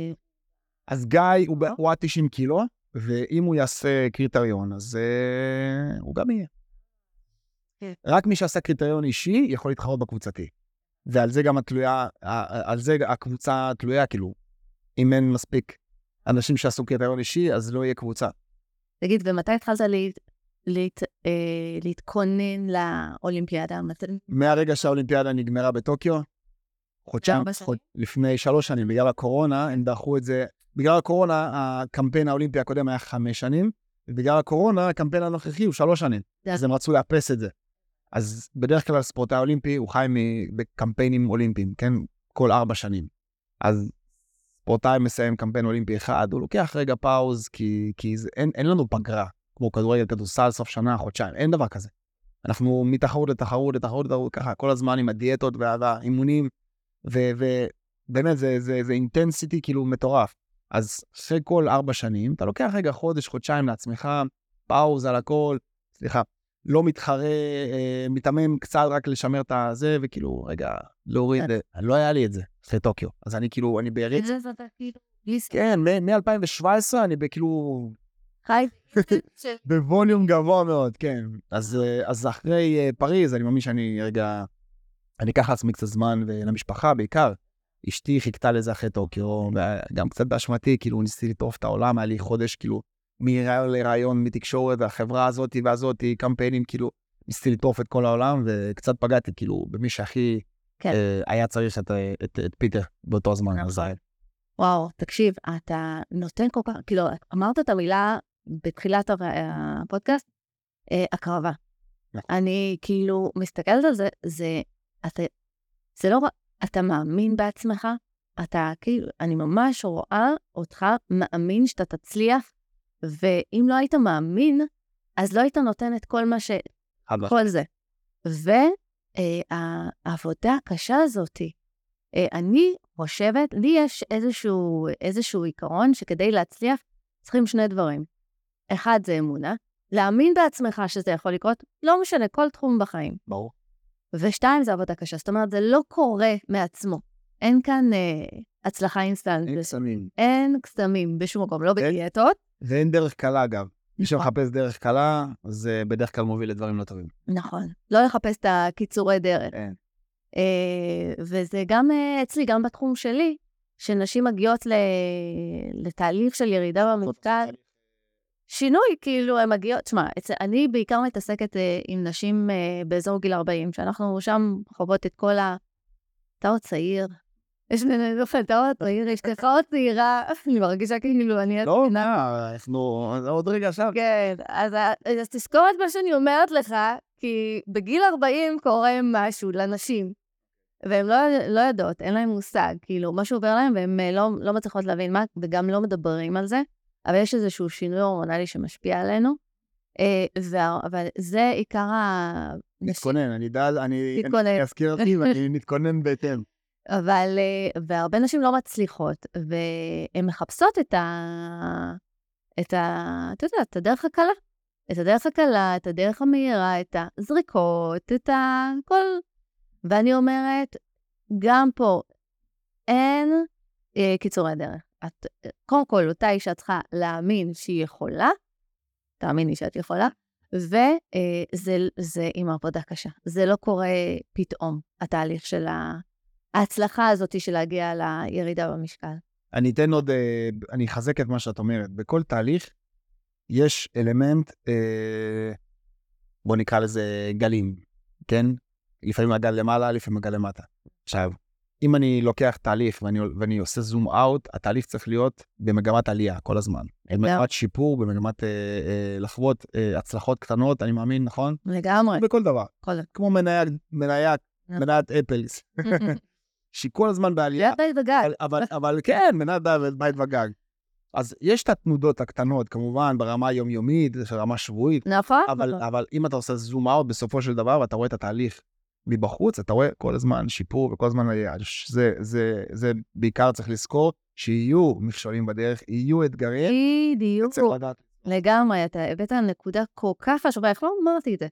אז גיא הוא, הוא עד תשעים קילו, ואם הוא יעשה קריטריון, אז uh, הוא גם יהיה. כן. רק מי שעשה קריטריון אישי יכול להתחרות בקבוצתי. ועל זה גם התלויה, על זה הקבוצה תלויה, כאילו, אם אין מספיק אנשים שעשו קריטריון אישי, אז לא יהיה קבוצה. תגיד, ומתי התחלת להת, להת, אה, להתכונן לאולימפיאדה? מהרגע שהאולימפיאדה נגמרה בטוקיו, חודשיים, חוד, לפני שלוש שנים, בגלל הקורונה, הם דחו את זה, בגלל הקורונה, הקמפיין האולימפי הקודם היה חמש שנים, ובגלל הקורונה, הקמפיין הנוכחי הוא שלוש שנים. אז הם רצו לאפס את זה. אז בדרך כלל הספורטאי האולימפי הוא חי בקמפיינים אולימפיים, כן? כל ארבע שנים. אז ספורטאי מסיים קמפיין אולימפי אחד, הוא לוקח רגע פאוז, כי, כי זה, אין, אין לנו פגרה, כמו כדורגל, כדורסל, סוף שנה, חודשיים, אין דבר כזה. אנחנו מתחרות לתחרות, לתחרות, לתחרות, ככה, כל הזמן עם הדיאטות והאימונים, ובאמת זה, זה, זה אינטנסיטי כאילו מטורף. אז אחרי כל ארבע שנים, אתה לוקח רגע חודש, חודשיים לעצמך, פאוז על הכל, סליחה, לא מתחרה, אה, מתאמן קצת רק לשמר את הזה, וכאילו, רגע, להוריד, לא היה לי את זה, אחרי טוקיו. אז אני כאילו, אני בעריץ... זה זה כאילו... כן, מ-אלפיים שבע עשרה אני בכאילו... חי... בווליום גבוה מאוד, כן. אז, אז אחרי פריז, אני מאמין שאני רגע... אני אקח לעצמי קצת זמן, ולמשפחה בעיקר. אשתי חיכתה לזה אחרי טוקיו, וגם קצת באשמתי, כאילו, ניסיתי לטרוף את העולם, היה לי חודש, כאילו, מרעיון לרעיון, מתקשורת, והחברה הזאת והזאת, קמפיינים, כאילו, ניסיתי לטרוף את כל העולם, וקצת פגעתי, כאילו, במי שהכי כן. אה, היה צריך את, את, את פיטר באותו זמן. אז... וואו, תקשיב, אתה נותן כל כך, כאילו, אמרת את המילה בתחילת הפודקאסט, אה, הקרבה. אני כאילו מסתכלת על זה, זה, אתה, זה לא, אתה מאמין בעצמך, אתה כאילו, אני ממש רואה אותך מאמין שאתה תצליח, ואם לא היית מאמין, אז לא היית נותן את כל מה ש... כל זה. והעבודה הקשה הזאת, אני חושבת, לי יש איזשהו, איזשהו עיקרון שכדי להצליח, צריכים שני דברים. אחד זה אמונה, להאמין בעצמך שזה יכול לקרות, לא משנה, כל תחום בחיים. ברור. ושתיים זה עבודה קשה, זאת אומרת, זה לא קורה מעצמו. אין כאן אה, הצלחה אינסטנט. אין קסמים. אין קסמים בשום מקום, לא בדיאטות. ואין דרך קלה גם. מי שמחפש דרך קלה, זה בדרך כלל מוביל לדברים לא טובים. נכון. לא לחפש את הקיצורי דרך. אין. אה, וזה גם אה, אצלי, גם בתחום שלי, שנשים מגיעות ל... לתהליך של ירידה במשקל, שינוי, כאילו, הן מגיעות, תשמע, אני בעיקר מתעסקת עם נשים באזור גיל ארבעים, שאנחנו שם חוות את כל ה... אתה עוד צעיר, יש לי נופל, אתה עוד צעיר, יש לך עוד צעירה, אני מרגישה כאילו, אני... לא, מה, אנחנו עוד רגע שם. כן, אז תזכור את מה שאני אומרת לך, כי בגיל ארבעים קורה משהו לנשים, והן לא, לא יודעות, אין להן מושג, כאילו, משהו עובר להן, והן לא, לא מצליחות להבין מה, וגם לא מדברים על זה, אבל יש איזשהו שינוי הורמונלי שמשפיע עלינו, אבל זה עיקר ה... נתכונן, אני יודע, אני אזכיר אותי, ואני נתכונן בהתאם. אבל, והרבה נשים לא מצליחות, והן מחפשות את ה... את ה... אתה יודע, את הדרך הקלה. את הדרך הקלה, את הדרך המהירה, את הזריקות, את הכל. ואני אומרת, גם פה אין אה, קיצורי דרך. את, קודם כל, אותה אישה צריכה להאמין שהיא יכולה, תאמיני שאת יכולה, וזה זה עם עבודה קשה. זה לא קורה פתאום, התהליך של ההצלחה הזאת של להגיע לירידה במשקל. אני אתן עוד, אני אחזק את מה שאת אומרת. בכל תהליך יש אלמנט, בוא נקרא לזה גלים, כן? לפעמים הגל למעלה, לפעמים הגל למטה. עכשיו, אם אני לוקח תהליך ואני, ואני עושה זום אאוט, התהליך צריך להיות במגמת עלייה כל הזמן. במגמת שיפור, במגמת אה, אה, לחוות אה, הצלחות קטנות, אני מאמין, נכון? לגמרי. בכל דבר. כל... כמו מניה, מניה, מניית אפלס. שהיא כל הזמן בעלייה. בית וגג. אבל, אבל כן, מניית בית וגג. אז יש את התנודות הקטנות, כמובן, ברמה היומיומית, ברמה שבועית. נכון. אבל, אבל אם אתה עושה זום אאוט בסופו של דבר, ואתה רואה את התהליך מבחוץ, אתה רואה כל הזמן שיפור וכל הזמן עלייה. זה, זה, זה בעיקר צריך לזכור שיהיו מכשולים בדרך, יהיו אתגרים. בדיוק. לגמרי, אתה הבאת נקודה כל כך חשובה, איך לא אמרתי את זה?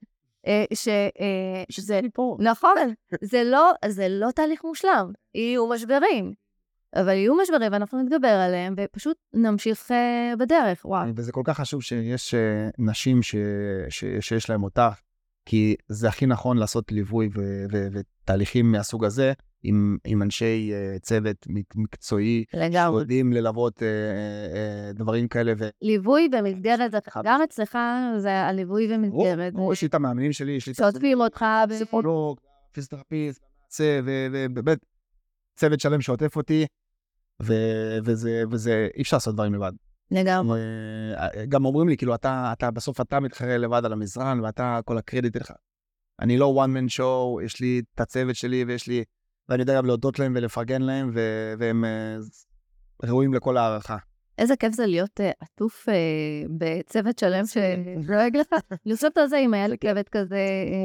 שזה פה. נכון, זה לא, זה לא תהליך מושלם, יהיו משברים. אבל יהיו משברים ואנחנו נתגבר עליהם, ופשוט נמשיך בדרך, וואו. וזה כל כך חשוב שיש נשים שיש להם אותה, כי זה הכי נכון לעשות ליווי ותהליכים מהסוג הזה, עם אנשי צוות מקצועי, שיודעים ללוות דברים כאלה. ליווי במסגרת, גם אצלך זה הליווי במסגרת. יש לי את המאמנים שלי, יש לי את שעוטפים אותך. פסיכולוג, פיזיותרפיסט, ובאמת צוות שלם שעוטף אותי, וזה אי אפשר לעשות דברים לבד. לגמרי. גם אומרים לי, כאילו, אתה, אתה, בסוף אתה מתחרה לבד על המזרן, ואתה, כל הקרדיט לך. אני לא one man show, יש לי את הצוות שלי, ויש לי, ואני יודע גם להודות להם ולפרגן להם, והם ראויים לכל הערכה. איזה כיף זה להיות עטוף בצוות שלם שדואג לך. אני חושבת על זה, אם היה לי צוות כזה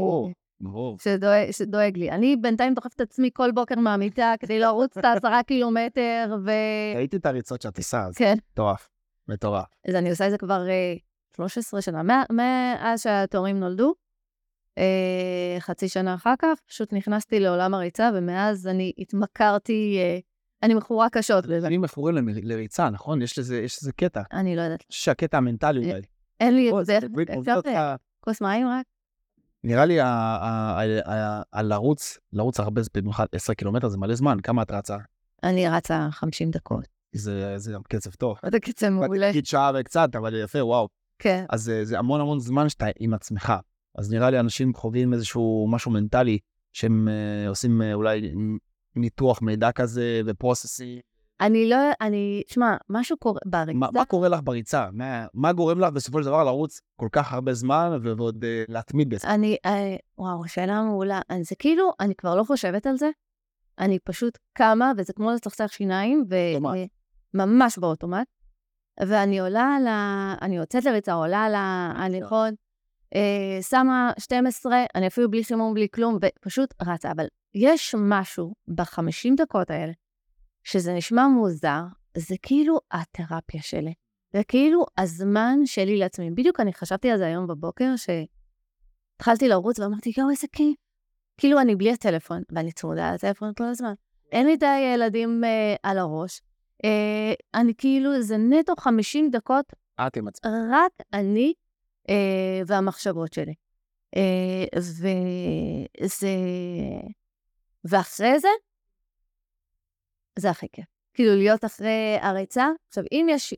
שדואג לי. אני בינתיים דוחפת את עצמי כל בוקר מהמיטה, כדי לרוץ את העשרה קילומטר, ו... ראיתי את הריצות שאת עושה, אז כן. מטורף, מטורף. אז אני עושה את זה כבר שלוש עשרה שנה, מאז שהתאומים נולדו, חצי שנה אחר כך, פשוט נכנסתי לעולם הריצה, ומאז אני התמכרתי, אני מכורה קשות. אני מכורה לריצה, נכון? יש לזה קטע. אני לא יודעת. שהקטע המנטלי אולי. אין לי את זה. כוס מים רק. נראה לי על לרוץ, לרוץ הרבה, במיוחד עשרה קילומטר, זה מלא זמן. כמה את רצה? אני רצה חמישים דקות. זה גם קצב טוב. זה קצב מעולה. תגיד שעה וקצת, אבל יפה, וואו. כן. אז זה המון המון זמן שאתה עם עצמך. אז נראה לי אנשים חווים איזשהו משהו מנטלי, שהם עושים אולי ניתוח מידע כזה ופרוססי. אני לא, אני, שמה, משהו קורה בריצה. מה, מה קורה לך בריצה? מה, מה גורם לך בסופו של דבר לרוץ כל כך הרבה זמן ועוד uh, להתמיד בזה? אני, אני, וואו, שאלה מעולה. זה כאילו, אני כבר לא חושבת על זה. אני פשוט קמה, וזה כמו לצחצח שיניים, וממש באוטומט. ואני עולה על ה... אני יוצאת לריצה, עולה על ההליכות, אה, שמה שתים עשרה, אני אפילו בלי חימום, בלי כלום, ופשוט רצה. אבל יש משהו בחמישים דקות האלה, שזה נשמע מוזר, זה כאילו התרפיה שלי. זה כאילו הזמן שלי לעצמי. בדיוק אני חשבתי על זה היום בבוקר, שהתחלתי לרוץ ואמרתי, יואו, איזה כיף. כאילו אני בלי הטלפון, ואני צמודה על הטלפון כל הזמן. אין לי די ילדים אה, על הראש. אה, אני כאילו, זה נטו חמישים דקות, את עם עצמך. רק אני אה, והמחשבות שלי. אה, וזה... ואחרי זה, זה הכי כיף. כאילו להיות אחרי הריצה. עכשיו, אם יש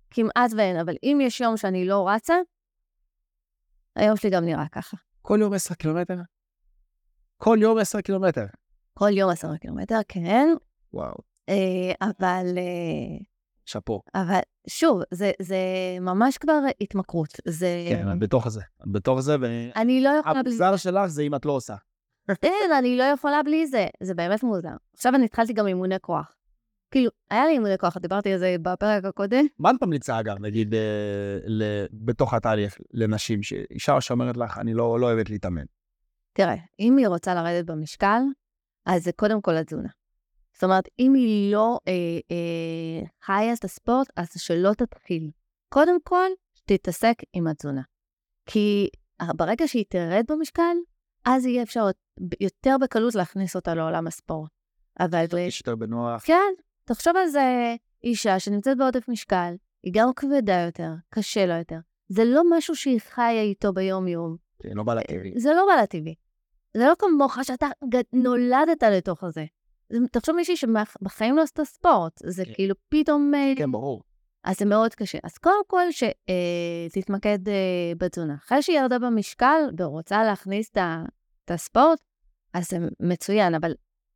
כמעט ואין, אבל אם יש יום שאני לא רצה, היום שלי גם נראה ככה. כל יום עשרה קילומטר? כל יום עשרה קילומטר? כל יום עשרה קילומטר, כן. וואו. אבל... שפו. אבל שוב, זה, זה ממש כבר התמכרות. זה... כן, בתוך זה. בתוך זה, ו... אני לא יכולה בלי... הבזר שלך זה אם את לא עושה. אין, אני לא יכולה בלי זה. זה באמת מוזר. עכשיו אני התחלתי גם אימוני כוח. כאילו, היה לי אימוני כוח, דיברתי על זה בפרק הקודם. מה את ממליצה, אגב, נגיד, בתוך התהליך לנשים, שאישה שאומרת לך, אני לא אוהבת להתאמן? תראה, אם היא רוצה לרדת במשקל, אז זה קודם כל התזונה. זאת אומרת, אם היא לא אה, אה, חיה את הספורט, אז שלא תתחיל. קודם כל, תתעסק עם התזונה. כי ברגע שהיא תרד במשקל, אז יהיה אפשר יותר בקלות להכניס אותה לעולם הספורט. אבל... יש יותר בנוח. כן, תחשוב על זה אישה שנמצאת בעודף משקל, היא גם כבדה יותר, קשה לה יותר. זה לא משהו שהיא חיה איתו ביום-יום. זה לא בא לטבעי. זה לא בא לטבעי. זה לא כמוך שאתה נולדת לתוך הזה. תחשוב מישהי שבחיים לא עשתה ספורט, זה כאילו פתאום... כן, ברור. אז זה מאוד קשה. אז קודם כל שתתמקד בתזונה. אחרי שהיא ירדה במשקל ורוצה להכניס את הספורט, אז זה מצוין, אבל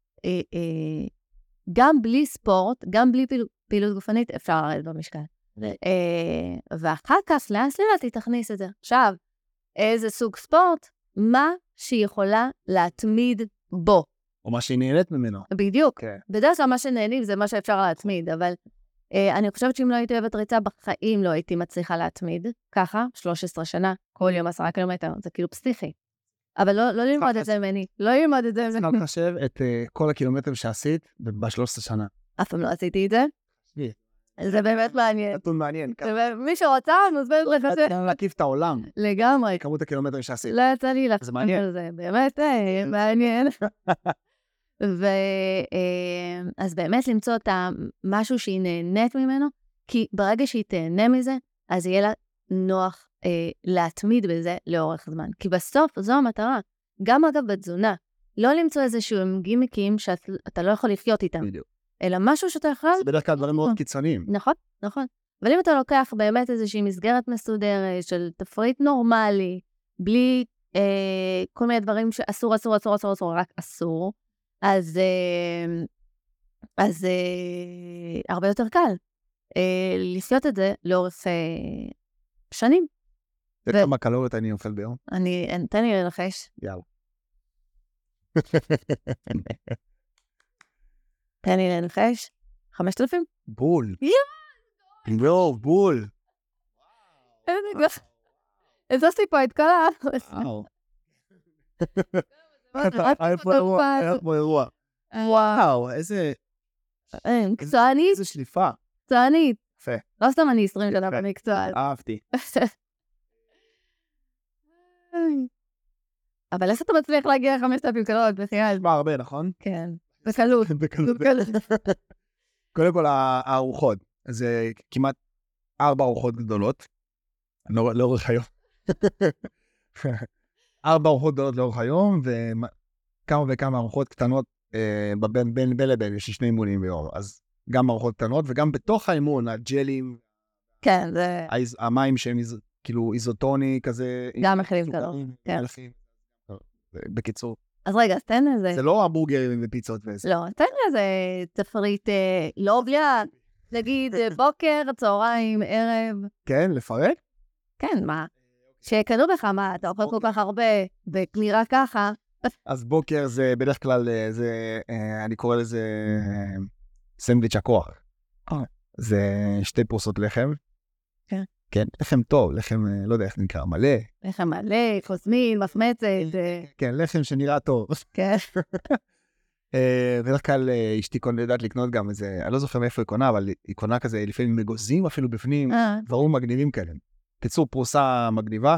גם בלי ספורט, גם בלי פעילות גופנית, אפשר לרדת במשקל. ואחר כך, לאט לאט היא תכניס את זה. עכשיו, איזה סוג ספורט? מה שהיא יכולה להתמיד בו. או מה שהיא נהנית ממנו. בדיוק. Okay. בדרך כלל מה שנהנים זה מה שאפשר להתמיד, אבל אה, אני חושבת שאם לא הייתי אוהבת ריצה בחיים, לא הייתי מצליחה להתמיד. ככה, שלוש עשרה שנה, כל יום עשרה קילומטר, זה כאילו פסיכי. אבל לא, לא ללמוד את זה ממני. לא ללמוד את זה ממני. אני חושב את uh, כל הקילומטרים שעשית ב-שלוש עשרה שנה. אף פעם לא עשיתי את זה. שבי. זה באמת מעניין. נתון מעניין. מי שרוצה, מוזמן לחשב. להקיף את העולם. לגמרי. כמות הקילומטרים שעשית. לא יצא לי לחשב. זה מעניין. זה באמת מעניין. ואז באמת למצוא את משהו שהיא נהנית ממנו, כי ברגע שהיא תהנה מזה, אז יהיה לה נוח להתמיד בזה לאורך זמן. כי בסוף זו המטרה. גם אגב בתזונה, לא למצוא איזשהו גימיקים שאתה לא יכול לחיות איתם. בדיוק. אלא משהו שאתה יכול... זה בדרך כלל דברים מאוד קיצוניים. נכון, נכון. אבל אם אתה לוקח באמת איזושהי מסגרת מסודרת של תפריט נורמלי, בלי אה, כל מיני דברים שאסור, אסור, אסור, אסור, אסור, רק אסור, אז, אה, אז אה, הרבה יותר קל אה, לחיות את זה לאורך אה, שנים. זה ו... כמה קלוריות אני אוכל ביום? אני, תן לי לנחש. יאללה. תן לי לנחש. חמשת אלפים? בול. יואו! יואו, בול. איזה סיפה את כל ה... וואו. היה פה אירוע. וואו, איזה... מקצוענית. איזה שליפה. מקצוענית. יפה. לא סתם אני עשרים שנה במקצוע. אהבתי. אבל איך אתה מצליח להגיע חמשת אלפים קלוריות בחייל? מה הרבה, נכון? כן. בקלות. בקלות. קודם כל, הארוחות. זה כמעט ארבע ארוחות גדולות. לאורך היום. ארבע ארוחות גדולות לאורך היום, וכמה וכמה ארוחות קטנות בין בין לבין, יש לי שני אימונים ביום. אז גם ארוחות קטנות, וגם בתוך האימון, הג'לים, כן, זה... המים שהם כאילו איזוטוני כזה. גם מכילים קלוריות. כן. בקיצור. אז רגע, תן לזה. זה לא המבורגרים ופיצות וזה. לא, תן לזה תפריט, לא בליית, נגיד בוקר, צהריים, ערב. כן, לפרט? כן, מה? שקנו בך, מה, אתה אוכל כל כך הרבה, ונראה ככה. אז בוקר זה בדרך כלל, זה, אני קורא לזה סנדוויץ' הכוח. זה שתי פרוסות לחם. כן. כן, לחם טוב, לחם, לא יודע איך נקרא, מלא. לחם מלא, קוסמין, מחמצת. כן, לחם שנראה טוב. כן. בדרך כלל אשתי יודעת לקנות גם איזה, אני לא זוכר מאיפה היא קונה, אבל היא קונה כזה לפעמים מגוזים אפילו בפנים, דברים מגניבים כאלה. קיצור, פרוסה מגניבה,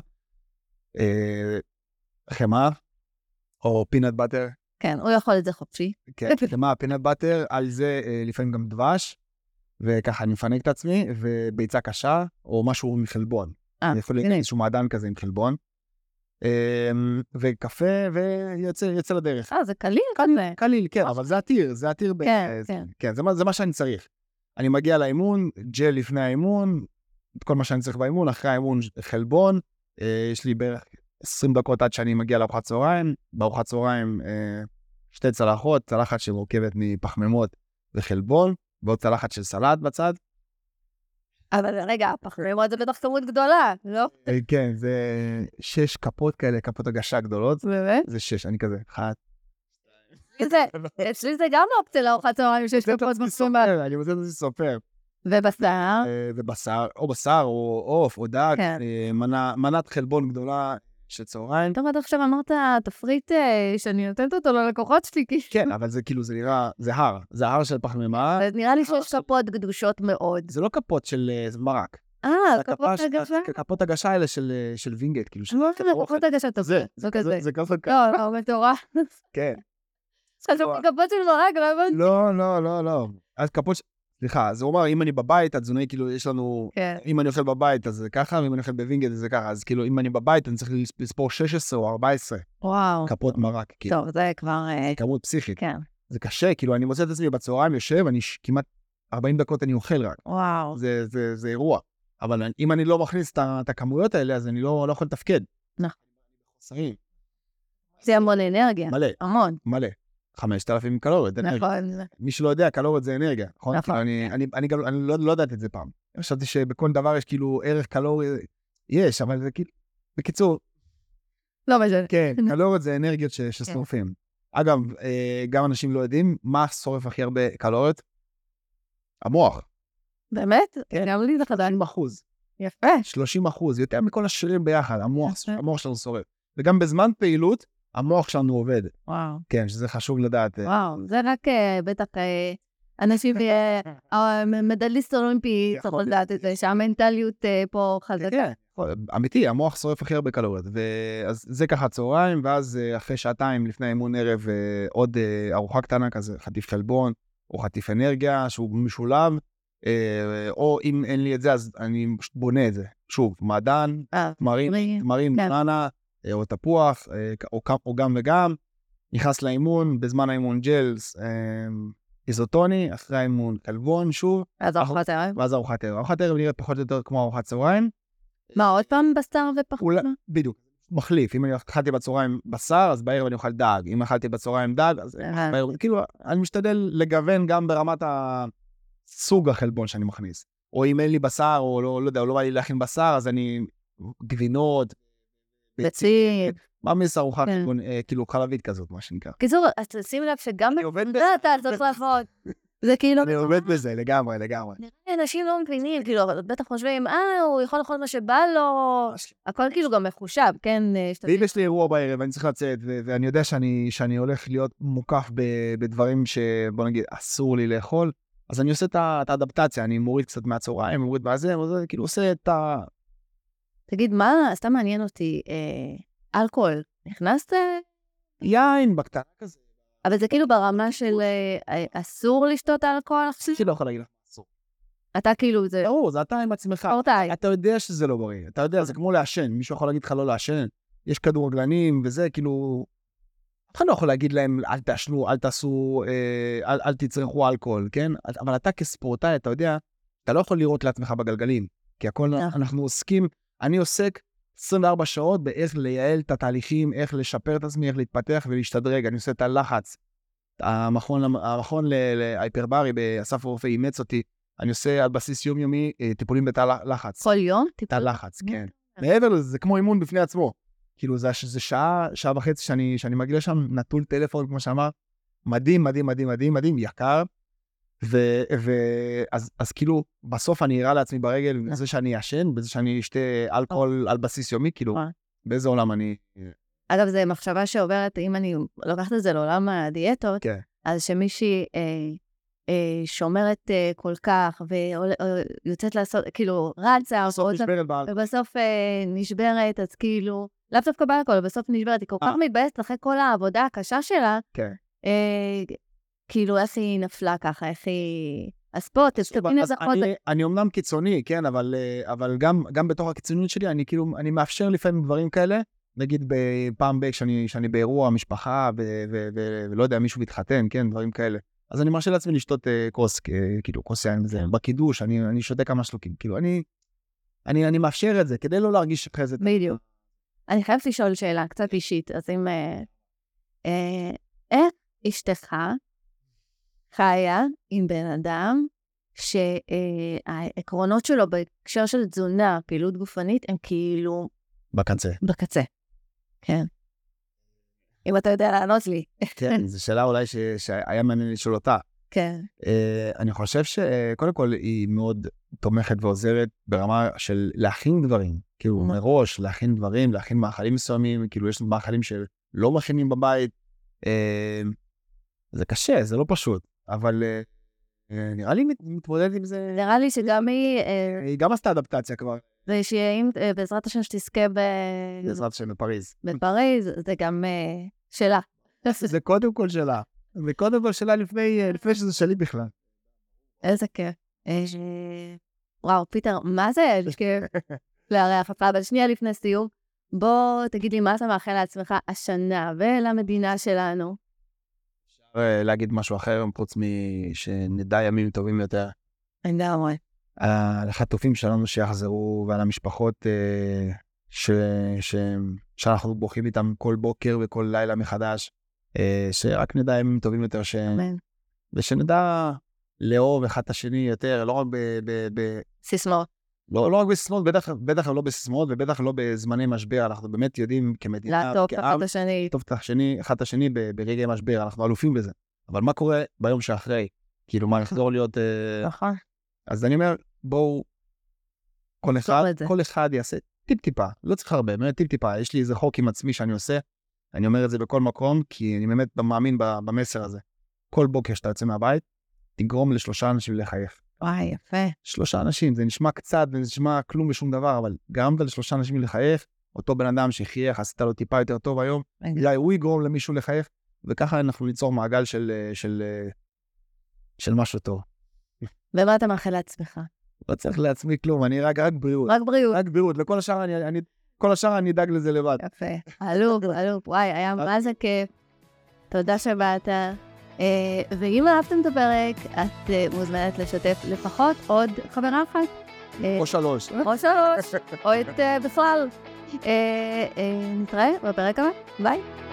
חמאה, או פינאט באטר. כן, הוא יכול את זה חופשי. כן, חמאה, פינאט באטר, על זה לפעמים גם דבש, וככה אני מפנק את עצמי, וביצה קשה, או משהו מחלבון. אני יכול להגיד איזשהו מעדן כזה עם חלבון. וקפה, ויוצא לדרך. אה, זה קליל כזה. קליל, כן, אבל זה עתיר, זה עתיר. כן, כן. כן, זה מה שאני צריך. אני מגיע לאימון, ג'ל לפני האימון, את כל מה שאני צריך באימון, אחרי האימון חלבון, אה, יש לי בערך עשרים דקות עד שאני מגיע לארוחת צהריים, בארוחת צהריים אה, שתי צלחות, צלחת שמורכבת מפחמימות וחלבון, ועוד צלחת של סלט בצד. אבל רגע, פחמימות זה בטח כמות גדולה, לא? אה, כן, זה שש כפות כאלה, כפות הגשה גדולות. באמת? זה שש, אני כזה, אחת. אצלי זה גם לא אופציה לארוחת צהריים שיש כפות פחמימות. אני רוצה לזה סופר. ובשר? ובשר, או בשר, או עוף, או דג, מנת חלבון גדולה של צהריים. טוב, עד עכשיו אמרת תפריט שאני נותנת אותו ללקוחות שלי. כן, אבל זה כאילו, זה נראה, זה הר, זה הר של פחמימה. נראה לי שיש כפות גדושות מאוד. זה לא כפות של מרק. אה, כפות הגשה? כפות הגשה האלה של וינגייט, כאילו. לא, כפות הגשה טוב. זה, זה כזה. זה כזה. לא, לא, מטורף. כן. חשבתי כפות של מרק, לא הבנתי. לא, לא, לא, לא. אז כפות, סליחה, זה אומר, אם אני בבית, התזונאי, כאילו, יש לנו, אם אני אוכל בבית, אז זה ככה, ואם אני אוכל בווינגייט, אז זה ככה. אז כאילו, אם אני בבית, אני צריך לספור שש עשרה או ארבע עשרה. וואו. כפות מרק. טוב, זה כבר... כמות פסיכית. כן. זה קשה, כאילו, אני מוצא את עצמי בצהריים, יושב, אני כמעט ארבעים דקות אני אוכל רק. וואו. זה, זה, זה אירוע. אבל אם אני לא מכניס את הכמויות האלה, אז אני לא, לא יכול לתפקד. נכון. חוסרים. זה המון אנרגיה. מלא. המון. מלא. חמשת אלפים קלוריות. נכון. מי שלא יודע, קלוריות זה אנרגיה. נכון? נכון. אני, אני, אני גם, אני לא, לא יודעת את זה פעם. חשבתי שבכל דבר יש כאילו ערך קלורי, יש, אבל זה כאילו, בקיצור. לא משנה. כן, קלוריות זה אנרגיות ש, ששורפים. אגב, גם אנשים לא יודעים מה שורף הכי הרבה קלוריות. המוח. באמת? גם לי זה חדש. שלושים אחוז. יפה. שלושים אחוז, יותר מכל השרירים ביחד, המוח, המוח שלנו שורף. וגם בזמן פעילות, המוח שלנו עובד. וואו. כן, שזה חשוב לדעת. וואו, זה רק בטח אנשים מדליסט אולימפי צריך לדעת את זה, שהמנטליות פה חזקה. כן, אמיתי, המוח שורף הכי הרבה קלוריות. אז זה ככה צהריים, ואז אחרי שעתיים לפני אימון ערב, עוד ארוחה קטנה כזה, חטיף חלבון, או חטיף אנרגיה, שהוא משולב, או אם אין לי את זה, אז אני בונה את זה. שוב, מעדן, תמרים, תמרים, בננה, או תפוח, או גם וגם. נכנס לאימון, בזמן האימון ג'לס, איזוטוני, אחרי האימון חלבון, שוב. ואז ארוחת ערב? ואז ארוחת ערב. ארוחת ערב נראית פחות או יותר כמו ארוחת צהריים. מה, עוד פעם בשר ופחות? בדיוק. מחליף. אם אני אכלתי בצהריים בשר, אז בערב אני אוכל דג. אם אכלתי בצהריים דג, אז בערב, כאילו, אני משתדל לגוון גם ברמת הסוג החלבון שאני מכניס. או אם אין לי בשר, או לא, לא יודע, או לא בא לי להכין בשר, אז אני גבינות, ביצים. מה מיס ארוחה כאילו חלבית כזאת, מה שנקרא. קיצור, אז שים לב שגם בזה אתה צריך לעבוד. זה כאילו... אני עובד בזה, לגמרי, לגמרי. נראה, אנשים לא מבינים, כאילו, בטח חושבים, אה, הוא יכול לאכול מה שבא לו, הכל כאילו גם מחושב, כן? ואם יש לי אירוע בערב, אני צריך לצאת, ואני יודע שאני הולך להיות מוקף בדברים שבוא נגיד, אסור לי לאכול, אז אני עושה את האדפטציה, אני מוריד קצת מהצהריים, מוריד מהזה, וזה כאילו עושה את ה... תגיד, מה, סתם מעניין אותי, אלכוהול, נכנסת? יין, בקטנה כזה. אבל זה כאילו ברמה של אסור לשתות אלכוהול? אני לא יכול להגיד לך, אסור. אתה כאילו זה... ברור, זה אתה עם עצמך. אתה יודע שזה לא בריא. אתה יודע, זה כמו לעשן. מישהו יכול להגיד לך לא לעשן. יש כדורגלנים וזה, כאילו... אתה לא יכול להגיד להם, אל תעשנו, אל תעשו, אל, אל תצרכו אלכוהול, כן? אבל אתה כספורטאי, אתה יודע, אתה לא יכול לראות לעצמך בגלגלים. כי הכל אנחנו עוסקים, אני עוסק עשרים וארבע שעות באיך לייעל את התהליכים, איך לשפר את עצמי, איך להתפתח ולהשתדרג. אני עושה את הלחץ. המכון, המכון להיפרברי באסף הרופא אימץ אותי. אני עושה על בסיס יומיומי טיפולים בתא לחץ. כל יום? תא לחץ, כן. מעבר לזה, זה כמו אימון בפני עצמו. כאילו, זה, זה שעה, שעה וחצי שאני, שאני מגיע לשם, נטול טלפון, כמו שאמר. מדהים, מדהים, מדהים, מדהים, מדהים, יקר. ו, ו, אז, אז כאילו, בסוף אני אראה לעצמי ברגל, בזה שאני אשן, בזה שאני אשתה אלכוהול על בסיס יומי, כאילו, באיזה עולם אני... אגב, זו מחשבה שעוברת, אם אני לוקחת את זה לעולם הדיאטות, כן. אז שמישהי אה, אה, שומרת אה, כל כך, ויוצאת לעשות, כאילו, רצה, בסוף נשברת באלכוהול. ובסוף אה, נשברת, אז כאילו, לאו דווקא באלכוהול, בסוף נשברת, היא כל כך מתבאסת אחרי כל העבודה הקשה שלה, כן. אה, כאילו, איך היא נפלה ככה, איך היא... אז פה, תבין איזה עוד... אני אומנם קיצוני, כן, אבל, אבל גם, גם בתוך הקיצוניות שלי, אני כאילו, אני מאפשר לפעמים דברים כאלה, נגיד בפעם בי, שאני, שאני באירוע, משפחה, ולא יודע, מישהו מתחתן, כן, דברים כאלה. אז אני מרשה לעצמי לשתות כוס, כאילו, כוס יין וזה, בקידוש, אני, אני שותה כמה שלוקים, כאילו, אני, אני, אני מאפשר את זה, כדי לא להרגיש אחרי זה. בדיוק. אני חייבת לשאול שאלה קצת אישית, אז אם... אה, אה, איך אשתך חיה עם בן אדם שהעקרונות שלו בהקשר של תזונה, פעילות גופנית, הם כאילו... בקצה. בקצה, כן. אם אתה יודע לענות לי. כן, זו שאלה אולי ש... שהיה מעניין לשאול אותה. כן. Uh, אני חושב שקודם כל היא מאוד תומכת ועוזרת ברמה של להכין דברים. כאילו מראש, להכין דברים, להכין מאכלים מסוימים, כאילו יש מאכלים שלא מכינים בבית. Uh, זה קשה, זה לא פשוט, אבל... Uh, נראה לי מתמודדת עם זה... נראה לי שגם היא... היא גם עשתה אדפטציה כבר. ושאם בעזרת השם שתזכה ב... בעזרת השם בפריז. בפריז, זה גם שלה. זה קודם כל שלה. זה קודם כל שלה לפני שזה שלי בכלל. איזה כיף. וואו, פיטר, מה זה כיף לארח אותך? אבל שנייה לפני סיום, בוא תגיד לי מה אתה מאחל לעצמך השנה ולמדינה שלנו. להגיד משהו אחר, חוץ משנדע ימים טובים יותר. אני יודע, אמרי. על החטופים שלנו שיחזרו, ועל המשפחות ש... ש... שאנחנו בוכים איתם כל בוקר וכל לילה מחדש, שרק נדע ימים טובים יותר, ש... ושנדע לאהוב אחד את השני יותר, לא רק ב... ב... ב... סיסמאות. לא, לא רק בסיסמאות, בטח, בטח לא בסיסמאות, ובטח לא בזמני משבר. אנחנו באמת יודעים כמדינה, לעטוף אחד את השני. לעטוף את השני, אחד את השני ברגעי משבר, אנחנו אלופים בזה. אבל מה קורה ביום שאחרי? כאילו, מה נחזור להיות... נכון. אז אני אומר, בואו, כל אחד, כל אחד יעשה טיפ-טיפה, לא צריך הרבה, באמת טיפ-טיפה. יש לי איזה חוק עם עצמי שאני עושה, אני אומר את זה בכל מקום, כי אני באמת מאמין במסר הזה. כל בוקר שאתה יוצא מהבית, תגרום לשלושה אנשים לחייך. וואי, יפה. שלושה אנשים, זה נשמע קצת, זה נשמע כלום ושום דבר, אבל גרמת לשלושה אנשים לחייך, אותו בן אדם שחייך, עשית לו טיפה יותר טוב היום, אולי הוא יגרום למישהו לחייך, וככה אנחנו ניצור מעגל של, של, של משהו טוב. ומה אתה מאחל לעצמך? לא צריך לעצמי כלום, אני רק, רק בריאות. רק בריאות. רק בריאות, לכל השאר אני, אני, כל השאר אני אדאג לזה לבד. יפה. אלוף, אלוף, וואי, היה מה זה כיף. תודה שבאת. ואם אהבתם את הפרק, את מוזמנת לשתף לפחות עוד חברה אחת. או שלוש. או שלוש, או את בכלל. נתראה בפרק הבא, ביי.